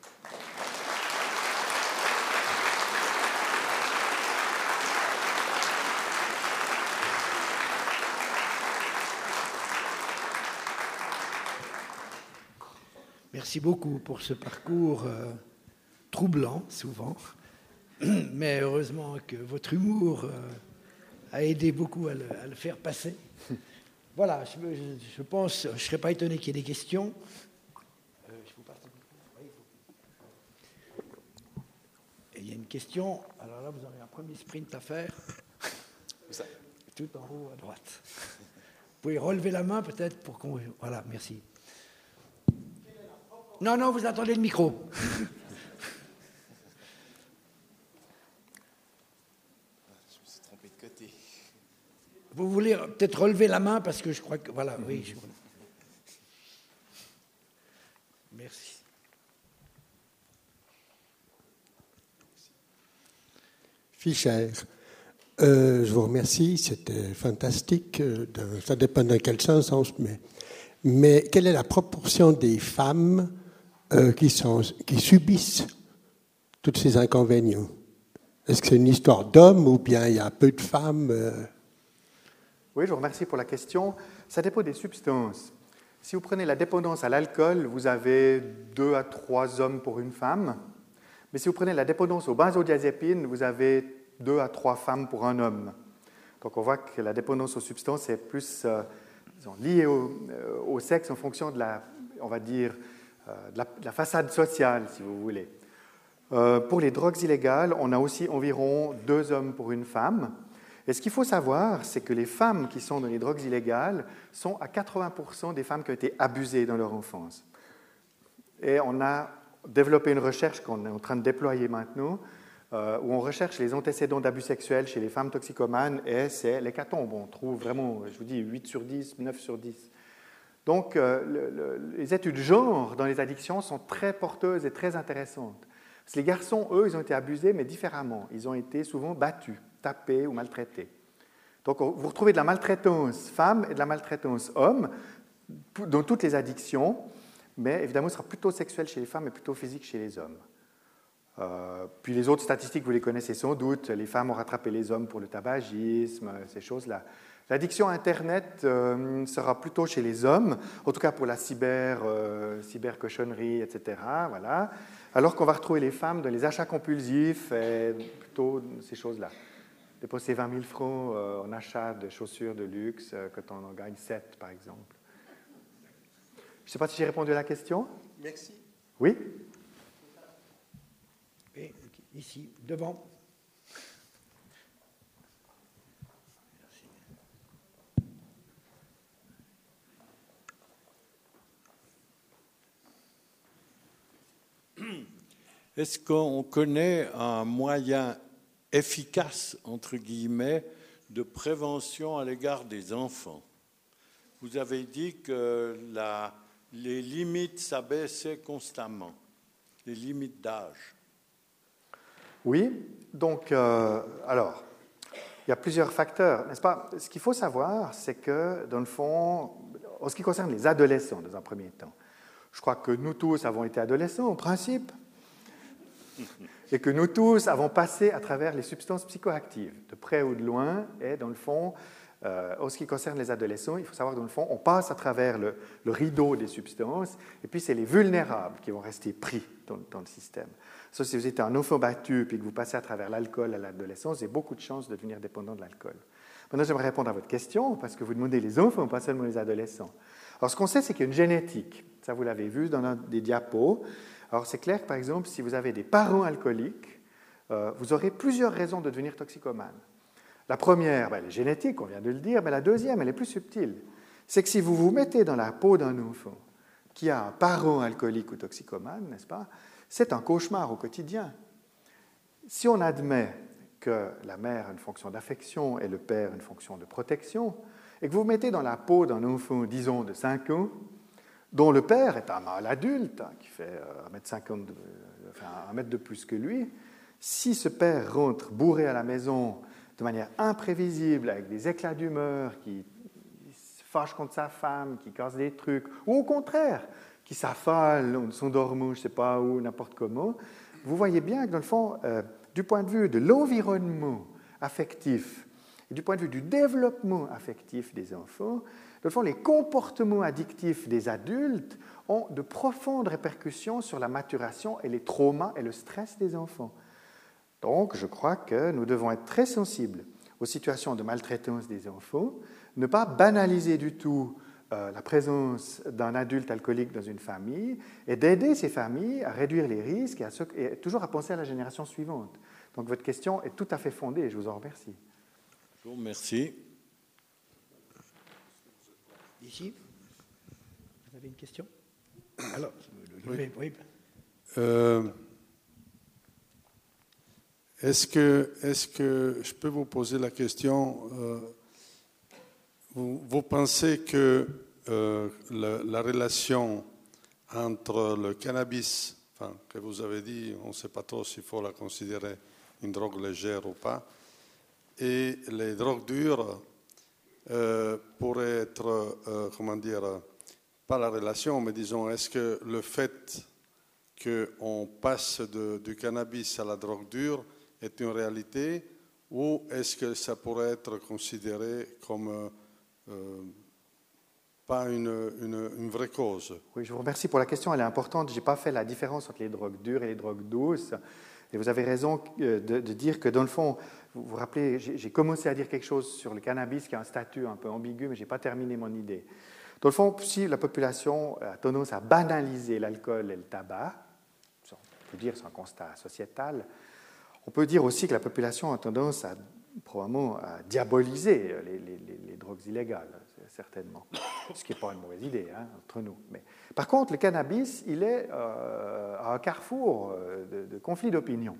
Merci beaucoup pour ce parcours troublant, souvent, mais heureusement que votre humour a aidé beaucoup à le faire passer. Voilà, je pense, je ne serais pas étonné qu'il y ait des questions. Et il y a une question, alors là vous aurez un premier sprint à faire, tout en haut à droite. Vous pouvez relever la main peut-être pour qu'on... Voilà, merci. Non, vous attendez le micro. Je me suis trompé de côté. Vous voulez peut-être relever la main parce que je crois que... Voilà, oui. Merci. Fischer, je vous remercie, c'était fantastique. Ça dépend dans quel sens, mais quelle est la proportion des femmes qui subissent tous ces inconvénients? Est-ce que c'est une histoire d'hommes ou bien il y a peu de femmes Oui, je vous remercie pour la question. Ça dépend des substances. Si vous prenez la dépendance à l'alcool, vous avez 2 à 3 hommes pour une femme. Mais si vous prenez la dépendance aux benzodiazépines, vous avez 2 à 3 femmes pour un homme. Donc on voit que la dépendance aux substances est plus liée au sexe en fonction de la, on va dire, de la façade sociale, si vous voulez. Pour les drogues illégales, on a aussi environ 2 hommes pour une femme. Et ce qu'il faut savoir, c'est que les femmes qui sont dans les drogues illégales sont à 80% des femmes qui ont été abusées dans leur enfance. Et on a développé une recherche qu'on est en train de déployer maintenant, où on recherche les antécédents d'abus sexuels chez les femmes toxicomanes, et c'est l'hécatombe. On trouve vraiment, je vous dis, 8 sur 10, 9 sur 10. Donc, les études genre dans les addictions sont très porteuses et très intéressantes. Parce que les garçons, eux, ils ont été abusés, mais différemment. Ils ont été souvent battus, tapés ou maltraités. Donc, vous retrouvez de la maltraitance femme et de la maltraitance homme dans toutes les addictions, mais évidemment, ce sera plutôt sexuel chez les femmes et plutôt physique chez les hommes. Puis les autres statistiques, vous les connaissez sans doute. Les femmes ont rattrapé les hommes pour le tabagisme, ces choses-là. L'addiction à Internet sera plutôt chez les hommes, en tout cas pour la cybercochonnerie, etc. Voilà. Alors qu'on va retrouver les femmes dans les achats compulsifs et plutôt ces choses-là. Dépenser 20 000 francs en achat de chaussures de luxe quand on en gagne 7, par exemple. Je ne sais pas si j'ai répondu à la question. Merci. Oui? Et ici, devant. Est-ce qu'on connaît un moyen efficace, entre guillemets, de prévention à l'égard des enfants? Vous avez dit que les limites s'abaissaient constamment, les limites d'âge. Oui, donc, alors, il y a plusieurs facteurs, n'est-ce pas? Ce qu'il faut savoir, c'est que, dans le fond, en ce qui concerne les adolescents, dans un premier temps, je crois que nous tous avons été adolescents, en principe, et que nous tous avons passé à travers les substances psychoactives, de près ou de loin, et dans le fond, en ce qui concerne les adolescents, il faut savoir que dans le fond, on passe à travers le rideau des substances, et puis c'est les vulnérables qui vont rester pris dans le système. Sauf si vous êtes un enfant battu puis que vous passez à travers l'alcool à l'adolescence, vous avez beaucoup de chances de devenir dépendant de l'alcool. Maintenant, j'aimerais répondre à votre question, parce que vous demandez les enfants, pas seulement les adolescents. Alors, ce qu'on sait, c'est qu'il y a une génétique. Ça, vous l'avez vu dans des diapos. Alors, c'est clair que, par exemple, si vous avez des parents alcooliques, vous aurez plusieurs raisons de devenir toxicomane. La première, elle est génétique, on vient de le dire, mais la deuxième, elle est plus subtile. C'est que si vous vous mettez dans la peau d'un enfant qui a un parent alcoolique ou toxicomane, n'est-ce pas, c'est un cauchemar au quotidien. Si on admet que la mère a une fonction d'affection et le père une fonction de protection, et que vous vous mettez dans la peau d'un enfant, disons, de 5 ans, dont le père est un mâle adulte, qui fait 1m50 enfin 1 mètre de plus que lui, si ce père rentre bourré à la maison de manière imprévisible, avec des éclats d'humeur, qui se fâche contre sa femme, qui casse des trucs, ou au contraire, qui s'affale, son dormant, je ne sais pas où, n'importe comment, vous voyez bien que dans le fond, du point de vue de l'environnement affectif et du point de vue du développement affectif des enfants, dans le fond, les comportements addictifs des adultes ont de profondes répercussions sur la maturation et les traumas et le stress des enfants. Donc, je crois que nous devons être très sensibles aux situations de maltraitance des enfants, ne pas banaliser du tout la présence d'un adulte alcoolique dans une famille et d'aider ces familles à réduire les risques et toujours à penser à la génération suivante. Donc votre question est tout à fait fondée et je vous en remercie. Je vous remercie. Ici, vous avez une question? Alors, oui. Est-ce que je peux vous poser la question? Vous pensez que la relation entre le cannabis, enfin, que vous avez dit, on ne sait pas trop s'il faut la considérer une drogue légère ou pas, et les drogues dures pourrait être, comment dire, pas la relation, mais disons, est-ce que le fait qu'on passe du cannabis à la drogue dure est une réalité, ou est-ce que ça pourrait être considéré comme pas une vraie cause? Oui, je vous remercie pour la question, elle est importante. Je n'ai pas fait la différence entre les drogues dures et les drogues douces. Et vous avez raison de dire que, dans le fond, vous vous rappelez, j'ai commencé à dire quelque chose sur le cannabis qui a un statut un peu ambigu, mais je n'ai pas terminé mon idée. Dans le fond, si la population a tendance à banaliser l'alcool et le tabac, on peut dire c'est un constat sociétal, on peut dire aussi que la population a tendance probablement à diaboliser les drogues illégales, certainement. Ce qui n'est pas une mauvaise idée, entre nous. Mais, par contre, le cannabis, il est à un carrefour de conflits d'opinion.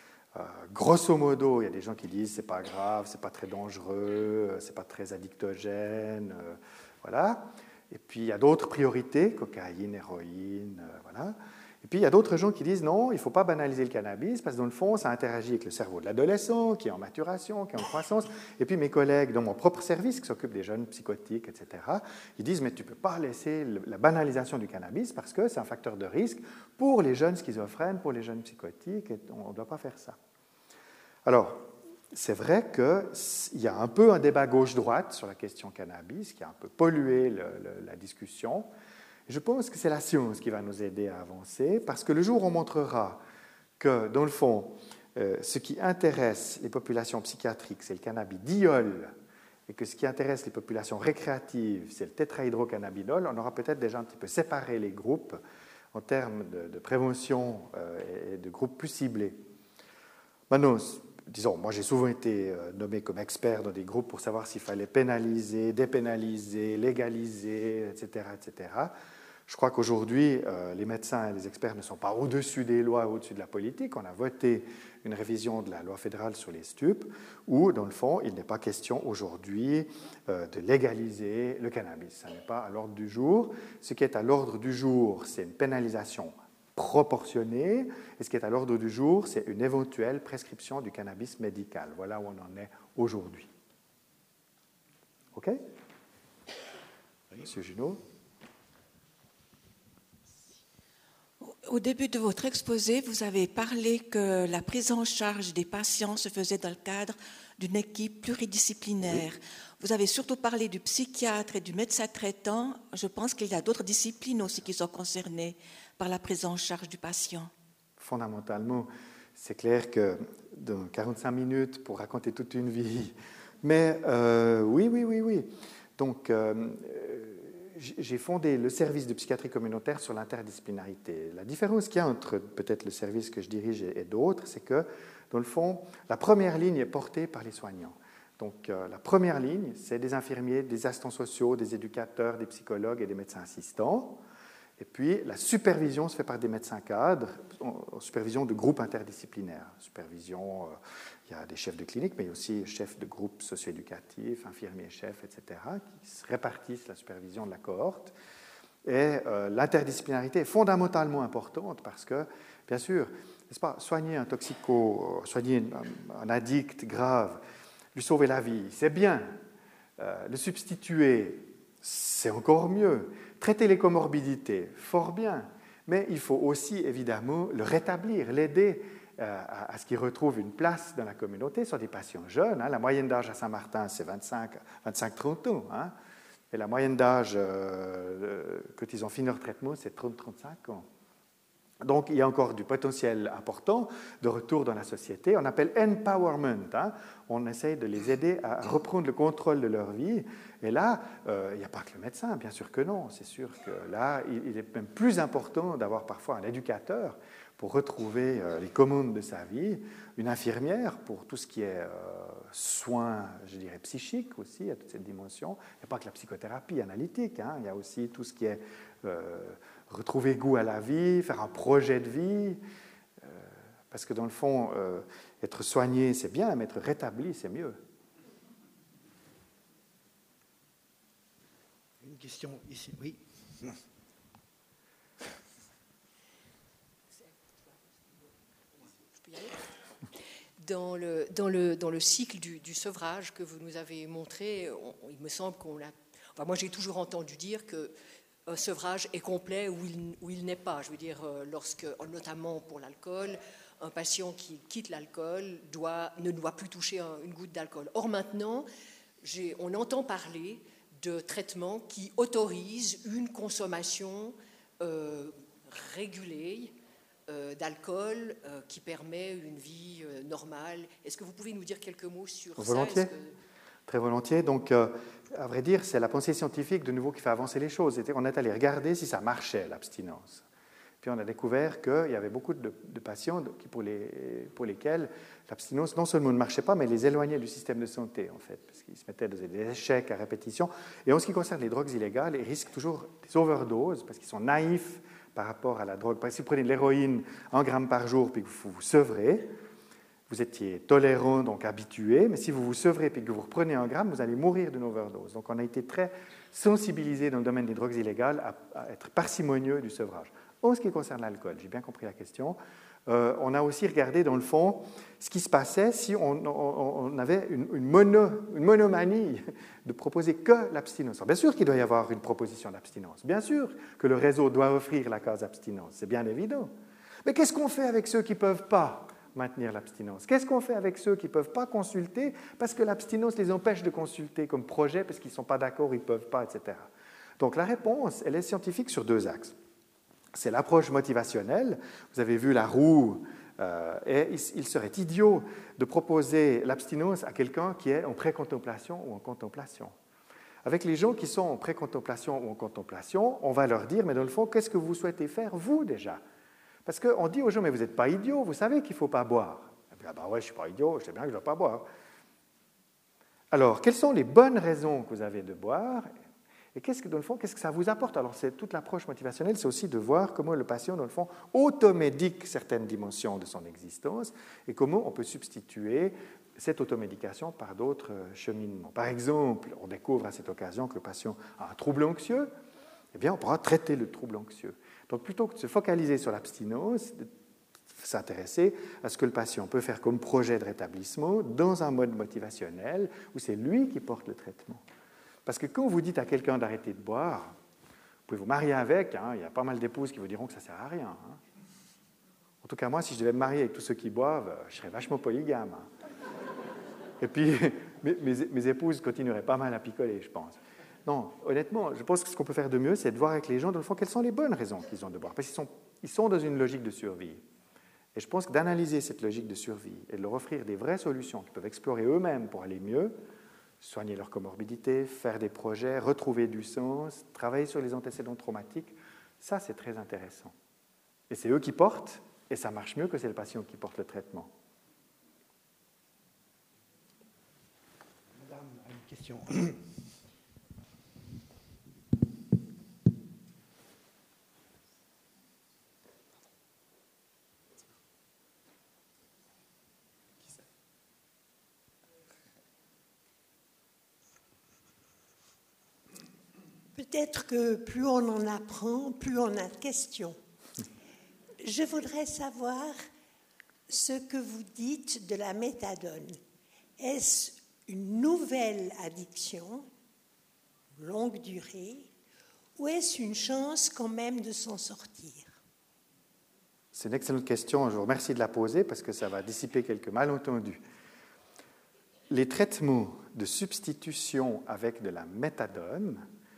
Grosso modo, il y a des gens qui disent c'est pas grave, c'est pas très dangereux, c'est pas très addictogène, voilà. Et puis il y a d'autres priorités, cocaïne, héroïne, voilà. Et puis il y a d'autres gens qui disent non, il ne faut pas banaliser le cannabis parce que dans le fond, ça interagit avec le cerveau de l'adolescent qui est en maturation, qui est en croissance. Et puis mes collègues dans mon propre service qui s'occupent des jeunes psychotiques, etc., ils disent mais tu ne peux pas laisser la banalisation du cannabis parce que c'est un facteur de risque pour les jeunes schizophrènes, pour les jeunes psychotiques, et on ne doit pas faire ça. Alors, c'est vrai qu'il y a un peu un débat gauche-droite sur la question cannabis qui a un peu pollué la discussion. Je pense que c'est la science qui va nous aider à avancer, parce que le jour où on montrera que, dans le fond, ce qui intéresse les populations psychiatriques, c'est le cannabidiol, et que ce qui intéresse les populations récréatives, c'est le tétrahydrocannabinol, on aura peut-être déjà un petit peu séparé les groupes en termes de prévention et de groupes plus ciblés. Maintenant, disons, moi j'ai souvent été nommé comme expert dans des groupes pour savoir s'il fallait pénaliser, dépénaliser, légaliser, etc., etc. Je crois qu'aujourd'hui, les médecins et les experts ne sont pas au-dessus des lois, au-dessus de la politique. On a voté une révision de la loi fédérale sur les stupes, où, dans le fond, il n'est pas question aujourd'hui de légaliser le cannabis. Ça n'est pas à l'ordre du jour. Ce qui est à l'ordre du jour, c'est une pénalisation proportionnée, et ce qui est à l'ordre du jour, c'est une éventuelle prescription du cannabis médical. Voilà où on en est aujourd'hui. OK? Monsieur Junot? Au début de votre exposé, vous avez parlé que la prise en charge des patients se faisait dans le cadre d'une équipe pluridisciplinaire. Oui. Vous avez surtout parlé du psychiatre et du médecin traitant. Je pense qu'il y a d'autres disciplines aussi qui sont concernées par la prise en charge du patient. fondamentalement, c'est clair que dans 45 minutes pour raconter toute une vie. Mais oui. Donc, j'ai fondé le service de psychiatrie communautaire sur l'interdisciplinarité. La différence qu'il y a entre peut-être le service que je dirige et d'autres, c'est que, dans le fond, la première ligne est portée par les soignants. Donc, la première ligne, c'est des infirmiers, des assistants sociaux, des éducateurs, des psychologues et des médecins assistants. Et puis, la supervision se fait par des médecins cadres, en supervision de groupes interdisciplinaires. Supervision, il y a des chefs de clinique, mais il y a aussi chefs de groupes socio-éducatifs, infirmiers chefs, etc., qui se répartissent la supervision de la cohorte. Et l'interdisciplinarité est fondamentalement importante parce que, bien sûr, n'est-ce pas, soigner un toxico, soigner un addict grave, lui sauver la vie, c'est bien. Le substituer, c'est encore mieux. Traiter les comorbidités, fort bien. Mais il faut aussi, évidemment, le rétablir, l'aider à ce qu'il retrouve une place dans la communauté. Ce sont des patients jeunes. Hein. La moyenne d'âge à Saint-Martin, c'est 25-30 ans. Hein. Et la moyenne d'âge, quand ils ont fini leur traitement, c'est 30-35 ans. Donc, il y a encore du potentiel important de retour dans la société. On appelle empowerment. Hein. On essaye de les aider à reprendre le contrôle de leur vie. Et là, il n'y a pas que le médecin, bien sûr que non. C'est sûr que là, il est même plus important d'avoir parfois un éducateur pour retrouver les commandes de sa vie, une infirmière pour tout ce qui est soins, je dirais, psychiques aussi, à toute cette dimension. Il n'y a pas que la psychothérapie analytique, hein. Il y a aussi tout ce qui est retrouver goût à la vie, faire un projet de vie, parce que dans le fond, être soigné, c'est bien, mais être rétabli, c'est mieux. Une question ici, oui. Dans le cycle du sevrage que vous nous avez montré, il me semble qu'on a... Enfin, moi, j'ai toujours entendu dire qu'un sevrage est complet où il n'est pas. Je veux dire, lorsque, notamment pour l'alcool, un patient qui quitte l'alcool ne doit plus toucher une goutte d'alcool. Or, maintenant, on entend parler de traitements qui autorisent une consommation régulée d'alcool qui permet une vie normale. Est-ce que vous pouvez nous dire quelques mots sur Volontiers. ça? Très volontiers. Donc, à vrai dire, c'est la pensée scientifique de nouveau qui fait avancer les choses. On est allé regarder si ça marchait, l'abstinence. Puis on a découvert qu'il y avait beaucoup de patients pour lesquels l'abstinence non seulement ne marchait pas, mais les éloignait du système de santé, en fait, parce qu'ils se mettaient dans des échecs à répétition. Et en ce qui concerne les drogues illégales, ils risquent toujours des overdoses, parce qu'ils sont naïfs par rapport à la drogue. Par exemple, si vous prenez de l'héroïne 1 gramme par jour, puis que vous vous sevrez, vous étiez tolérant, donc habitué, mais si vous vous sevrez puis que vous reprenez 1 gramme, vous allez mourir d'une overdose. Donc on a été très sensibilisés dans le domaine des drogues illégales à être parcimonieux du sevrage. En ce qui concerne l'alcool, j'ai bien compris la question, on a aussi regardé dans le fond ce qui se passait si on avait une monomanie de proposer que l'abstinence. Bien sûr qu'il doit y avoir une proposition d'abstinence, bien sûr que le réseau doit offrir la case abstinence, c'est bien évident. Mais qu'est-ce qu'on fait avec ceux qui ne peuvent pas maintenir l'abstinence? Qu'est-ce qu'on fait avec ceux qui ne peuvent pas consulter parce que l'abstinence les empêche de consulter comme projet, parce qu'ils ne sont pas d'accord, ils ne peuvent pas, etc. Donc la réponse, elle est scientifique sur 2 axes. C'est l'approche motivationnelle. Vous avez vu la roue, et il serait idiot de proposer l'abstinence à quelqu'un qui est en pré-contemplation ou en contemplation. Avec les gens qui sont en pré-contemplation ou en contemplation, on va leur dire, mais dans le fond, qu'est-ce que vous souhaitez faire, vous, déjà? Parce qu'on dit aux gens, mais vous n'êtes pas idiots, vous savez qu'il ne faut pas boire. Ah ben ouais, je ne suis pas idiot, je sais bien que je ne dois pas boire. Alors, quelles sont les bonnes raisons que vous avez de boire? Et dans le fond, qu'est-ce que ça vous apporte? Alors, c'est toute l'approche motivationnelle, c'est aussi de voir comment le patient, dans le fond, automédique certaines dimensions de son existence et comment on peut substituer cette automédication par d'autres cheminements. Par exemple, on découvre à cette occasion que le patient a un trouble anxieux, eh bien, on pourra traiter le trouble anxieux. Donc, plutôt que de se focaliser sur l'abstinence, de s'intéresser à ce que le patient peut faire comme projet de rétablissement dans un mode motivationnel où c'est lui qui porte le traitement. Parce que quand vous dites à quelqu'un d'arrêter de boire, vous pouvez vous marier avec, hein, il y a pas mal d'épouses qui vous diront que ça ne sert à rien. Hein. En tout cas, moi, si je devais me marier avec tous ceux qui boivent, je serais vachement polygame. Hein. Et puis, mes épouses continueraient pas mal à picoler, je pense. Non, honnêtement, je pense que ce qu'on peut faire de mieux, c'est de voir avec les gens, dans le fond, quelles sont les bonnes raisons qu'ils ont de boire. Parce qu'ils sont dans une logique de survie. Et je pense que d'analyser cette logique de survie et de leur offrir des vraies solutions qu'ils peuvent explorer eux-mêmes pour aller mieux, soigner leur comorbidité, faire des projets, retrouver du sens, travailler sur les antécédents traumatiques, ça c'est très intéressant. Et c'est eux qui portent, et ça marche mieux que c'est le patient qui porte le traitement. Madame a une question. Peut-être que plus on en apprend, plus on a de questions. Je voudrais savoir ce que vous dites de la méthadone. Est-ce une nouvelle addiction, longue durée, ou est-ce une chance quand même de s'en sortir? C'est une excellente question, je vous remercie de la poser parce que ça va dissiper quelques malentendus. Les traitements de substitution avec de la méthadone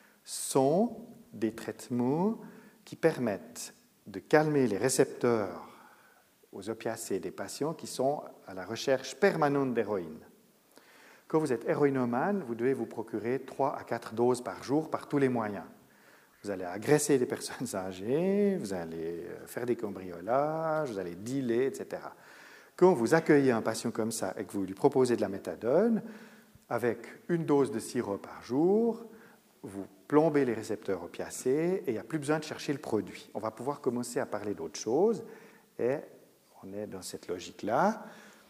sont des traitements qui permettent de calmer les récepteurs aux opiacés des patients qui sont à la recherche permanente d'héroïne. Quand vous êtes héroïnomane, vous devez vous procurer 3 à 4 doses par jour par tous les moyens. Vous allez agresser des personnes âgées, vous allez faire des cambriolages, vous allez dealer, etc. Quand vous accueillez un patient comme ça et que vous lui proposez de la méthadone, avec une dose de sirop par jour, vous plombez les récepteurs opiacés et il n'y a plus besoin de chercher le produit. On va pouvoir commencer à parler d'autres choses et on est dans cette logique-là.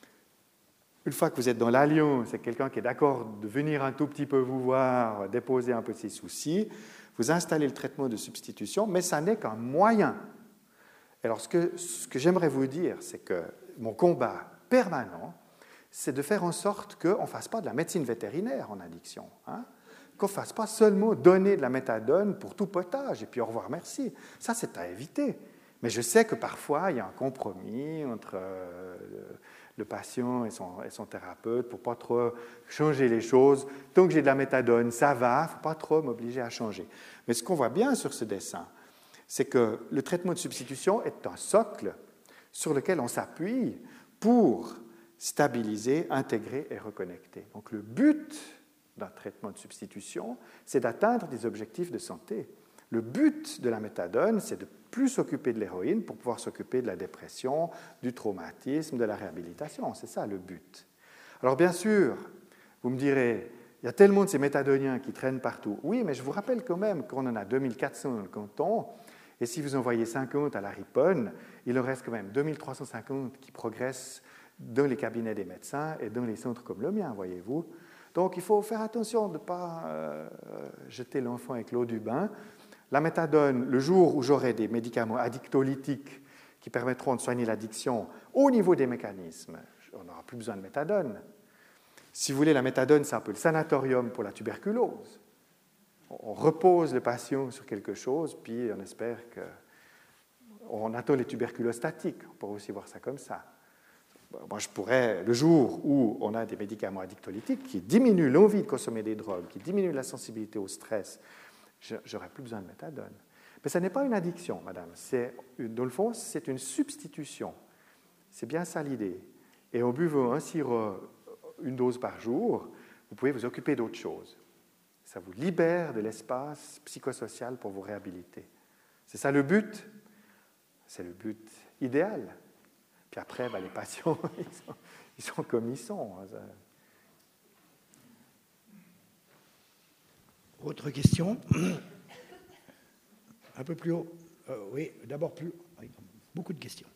Une fois que vous êtes dans l'alliance, c'est quelqu'un qui est d'accord de venir un tout petit peu vous voir, déposer un peu ses soucis, vous installez le traitement de substitution, mais ça n'est qu'un moyen. Alors ce que j'aimerais vous dire, c'est que mon combat permanent, c'est de faire en sorte qu'on ne fasse pas de la médecine vétérinaire en addiction, hein? Qu'on ne fasse pas seulement donner de la méthadone pour tout potage et puis au revoir, merci. Ça, c'est à éviter. Mais je sais que parfois, il y a un compromis entre le patient et son thérapeute pour ne pas trop changer les choses. Tant que j'ai de la méthadone, ça va, il ne faut pas trop m'obliger à changer. Mais ce qu'on voit bien sur ce dessin, c'est que le traitement de substitution est un socle sur lequel on s'appuie pour stabiliser, intégrer et reconnecter. Donc le but d'un traitement de substitution, c'est d'atteindre des objectifs de santé. Le but de la méthadone, c'est de plus s'occuper de l'héroïne pour pouvoir s'occuper de la dépression, du traumatisme, de la réhabilitation. C'est ça le but. Alors bien sûr, vous me direz, il y a tellement de ces méthadoniens qui traînent partout. Oui, mais je vous rappelle quand même qu'on en a 2400 dans le canton, et si vous envoyez 50 à la Riponne, il en reste quand même 2350 qui progressent dans les cabinets des médecins et dans les centres comme le mien, voyez-vous. Donc, il faut faire attention de ne pas jeter l'enfant avec l'eau du bain. La méthadone, le jour où j'aurai des médicaments addictolytiques qui permettront de soigner l'addiction au niveau des mécanismes, on n'aura plus besoin de méthadone. Si vous voulez, la méthadone, c'est un peu le sanatorium pour la tuberculose. On repose le patient sur quelque chose, puis on espère qu'on attend les tuberculoses statiques. On pourrait aussi voir ça comme ça. Moi, je pourrais, le jour où on a des médicaments addictolytiques qui diminuent l'envie de consommer des drogues, qui diminuent la sensibilité au stress, j'aurais plus besoin de méthadone. Mais ce n'est pas une addiction, madame. Dans le fond, c'est une substitution. C'est bien ça l'idée. Et en buvant un sirop, une dose par jour, vous pouvez vous occuper d'autres choses. Ça vous libère de l'espace psychosocial pour vous réhabiliter. C'est ça le but. C'est le but idéal. Puis après, les patients, ils sont comme ils sont. Autre question? Un peu plus haut. Oui, d'abord plus haut. Oui, beaucoup de questions.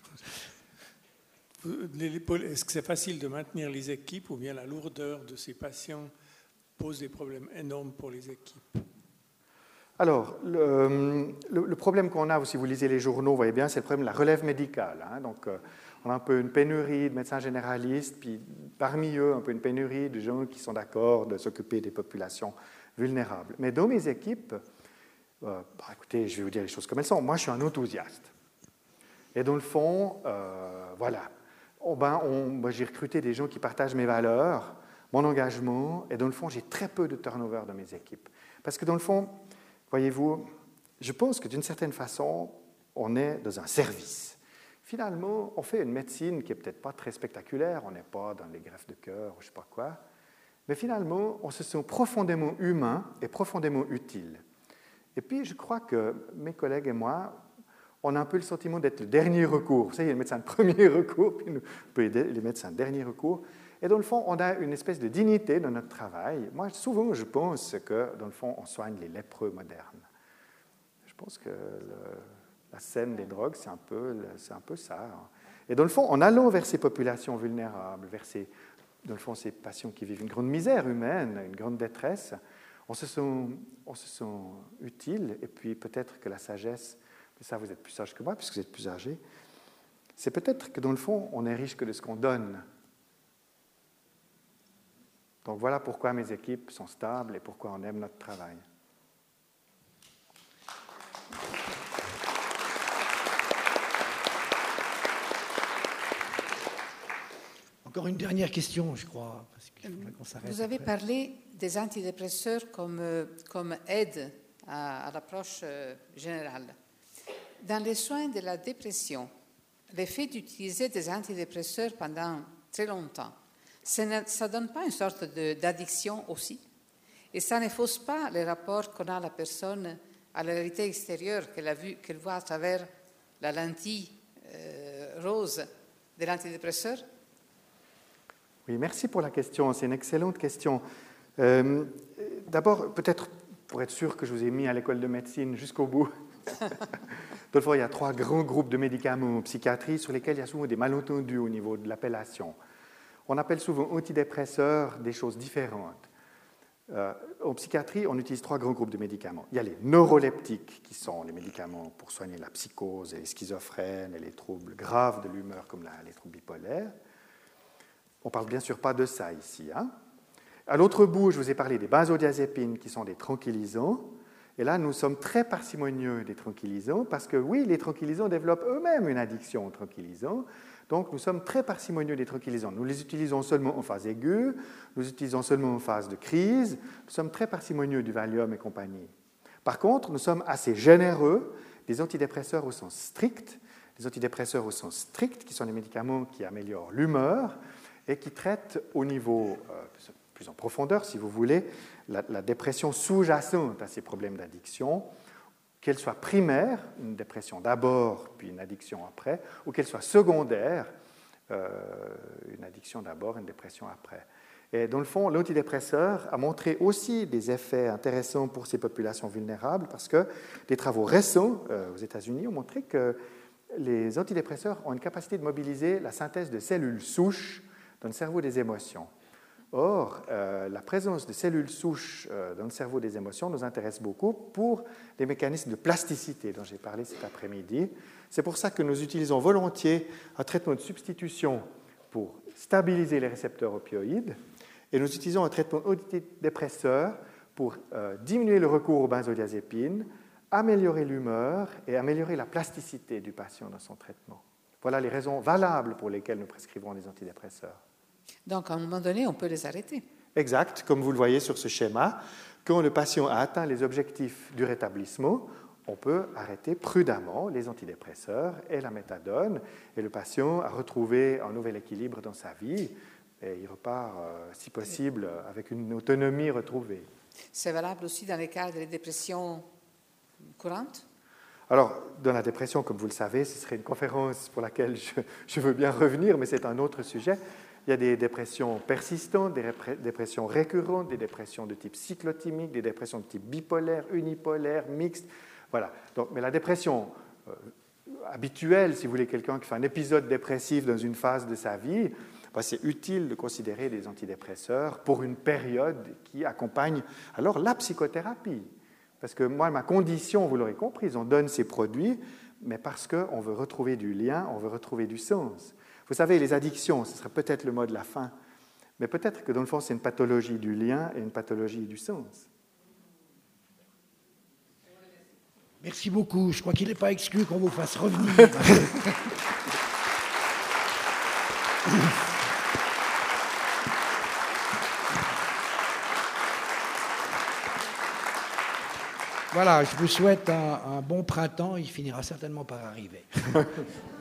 Est-ce que c'est facile de maintenir les équipes ou bien la lourdeur de ces patients pose des problèmes énormes pour les équipes? Alors, le problème qu'on a, si vous lisez les journaux, vous voyez bien, c'est le problème de la relève médicale. Hein. Donc, on a un peu une pénurie de médecins généralistes, puis parmi eux, un peu une pénurie de gens qui sont d'accord de s'occuper des populations vulnérables. Mais dans mes équipes, écoutez, je vais vous dire les choses comme elles sont. Moi, je suis un enthousiaste. Et dans le fond, voilà. J'ai recruté des gens qui partagent mes valeurs, mon engagement, et dans le fond, j'ai très peu de turnover dans mes équipes. Parce que dans le fond, voyez-vous, je pense que d'une certaine façon, on est dans un service. finalement, on fait une médecine qui n'est peut-être pas très spectaculaire, on n'est pas dans les greffes de cœur ou je ne sais pas quoi, mais finalement, on se sent profondément humain et profondément utile. Et puis, je crois que mes collègues et moi, on a un peu le sentiment d'être le dernier recours. Vous savez, il y a les médecins de premier recours, puis nous, on peut aider les médecins de dernier recours. Et dans le fond, on a une espèce de dignité dans notre travail. Moi, souvent, je pense que, dans le fond, on soigne les lépreux modernes. Je pense que la scène des drogues, c'est un peu ça. Et dans le fond, en allant vers ces populations vulnérables, vers ces patients qui vivent une grande misère humaine, une grande détresse, on se sent utile. Et puis peut-être que la sagesse, mais ça vous êtes plus sage que moi puisque vous êtes plus âgé, c'est peut-être que dans le fond, on est riche que de ce qu'on donne. Donc voilà pourquoi mes équipes sont stables et pourquoi on aime notre travail. Encore une dernière question, je crois, parce qu'il faudrait qu'on s'arrête. Vous avez parlé des antidépresseurs comme aide à l'approche générale. Dans les soins de la dépression, le fait d'utiliser des antidépresseurs pendant très longtemps, ça ne donne pas une sorte d'addiction aussi? Et ça ne fausse pas les rapports qu'on a à la personne à la réalité extérieure qu'elle voit à travers la lentille rose de l'antidépresseur? Oui, merci pour la question. C'est une excellente question. D'abord, peut-être pour être sûr que je vous ai mis à l'école de médecine jusqu'au bout. Toutefois, il y a 3 grands groupes de médicaments en psychiatrie sur lesquels il y a souvent des malentendus au niveau de l'appellation. On appelle souvent antidépresseurs des choses différentes. En psychiatrie, on utilise 3 grands groupes de médicaments. Il y a les neuroleptiques, qui sont les médicaments pour soigner la psychose et les schizophrènes et les troubles graves de l'humeur comme les troubles bipolaires. On ne parle bien sûr pas de ça ici. Hein? À l'autre bout, je vous ai parlé des benzodiazépines qui sont des tranquillisants. Et là, nous sommes très parcimonieux des tranquillisants parce que, oui, les tranquillisants développent eux-mêmes une addiction aux tranquillisants. Donc, nous sommes très parcimonieux des tranquillisants. Nous les utilisons seulement en phase aiguë, nous les utilisons seulement en phase de crise. Nous sommes très parcimonieux du Valium et compagnie. Par contre, nous sommes assez généreux des antidépresseurs au sens strict. Les antidépresseurs au sens strict, qui sont des médicaments qui améliorent l'humeur, et qui traite au niveau plus en profondeur, si vous voulez, la dépression sous-jacente à ces problèmes d'addiction, qu'elle soit primaire, une dépression d'abord, puis une addiction après, ou qu'elle soit secondaire, une addiction d'abord, une dépression après. Et dans le fond, l'antidépresseur a montré aussi des effets intéressants pour ces populations vulnérables, parce que des travaux récents aux États-Unis ont montré que les antidépresseurs ont une capacité de mobiliser la synthèse de cellules souches dans le cerveau des émotions. Or, la présence de cellules souches dans le cerveau des émotions nous intéresse beaucoup pour les mécanismes de plasticité dont j'ai parlé cet après-midi. C'est pour ça que nous utilisons volontiers un traitement de substitution pour stabiliser les récepteurs opioïdes et nous utilisons un traitement antidépresseur pour diminuer le recours aux benzodiazépines, améliorer l'humeur et améliorer la plasticité du patient dans son traitement. Voilà les raisons valables pour lesquelles nous prescrivons des antidépresseurs. Donc, à un moment donné, on peut les arrêter. Exact, comme vous le voyez sur ce schéma. Quand le patient a atteint les objectifs du rétablissement, on peut arrêter prudemment les antidépresseurs et la méthadone, et le patient a retrouvé un nouvel équilibre dans sa vie, et il repart, si possible, avec une autonomie retrouvée. C'est valable aussi dans les cas de dépression courante? Alors, dans la dépression, comme vous le savez, ce serait une conférence pour laquelle je veux bien revenir, mais c'est un autre sujet. Il y a des dépressions persistantes, des dépressions récurrentes, des dépressions de type cyclotimique, des dépressions de type bipolaire, unipolaire, mixte. Voilà. Donc, mais la dépression habituelle, si vous voulez, quelqu'un qui fait un épisode dépressif dans une phase de sa vie, c'est utile de considérer des antidépresseurs pour une période qui accompagne alors la psychothérapie. Parce que moi, ma condition, vous l'aurez compris, on donne ces produits, mais parce qu'on veut retrouver du lien, on veut retrouver du sens. Vous savez, les addictions, ce serait peut-être le mot de la fin, mais peut-être que dans le fond, c'est une pathologie du lien et une pathologie du sens. Merci beaucoup. Je crois qu'il n'est pas exclu qu'on vous fasse revenir. Voilà, je vous souhaite un bon printemps. Il finira certainement par arriver.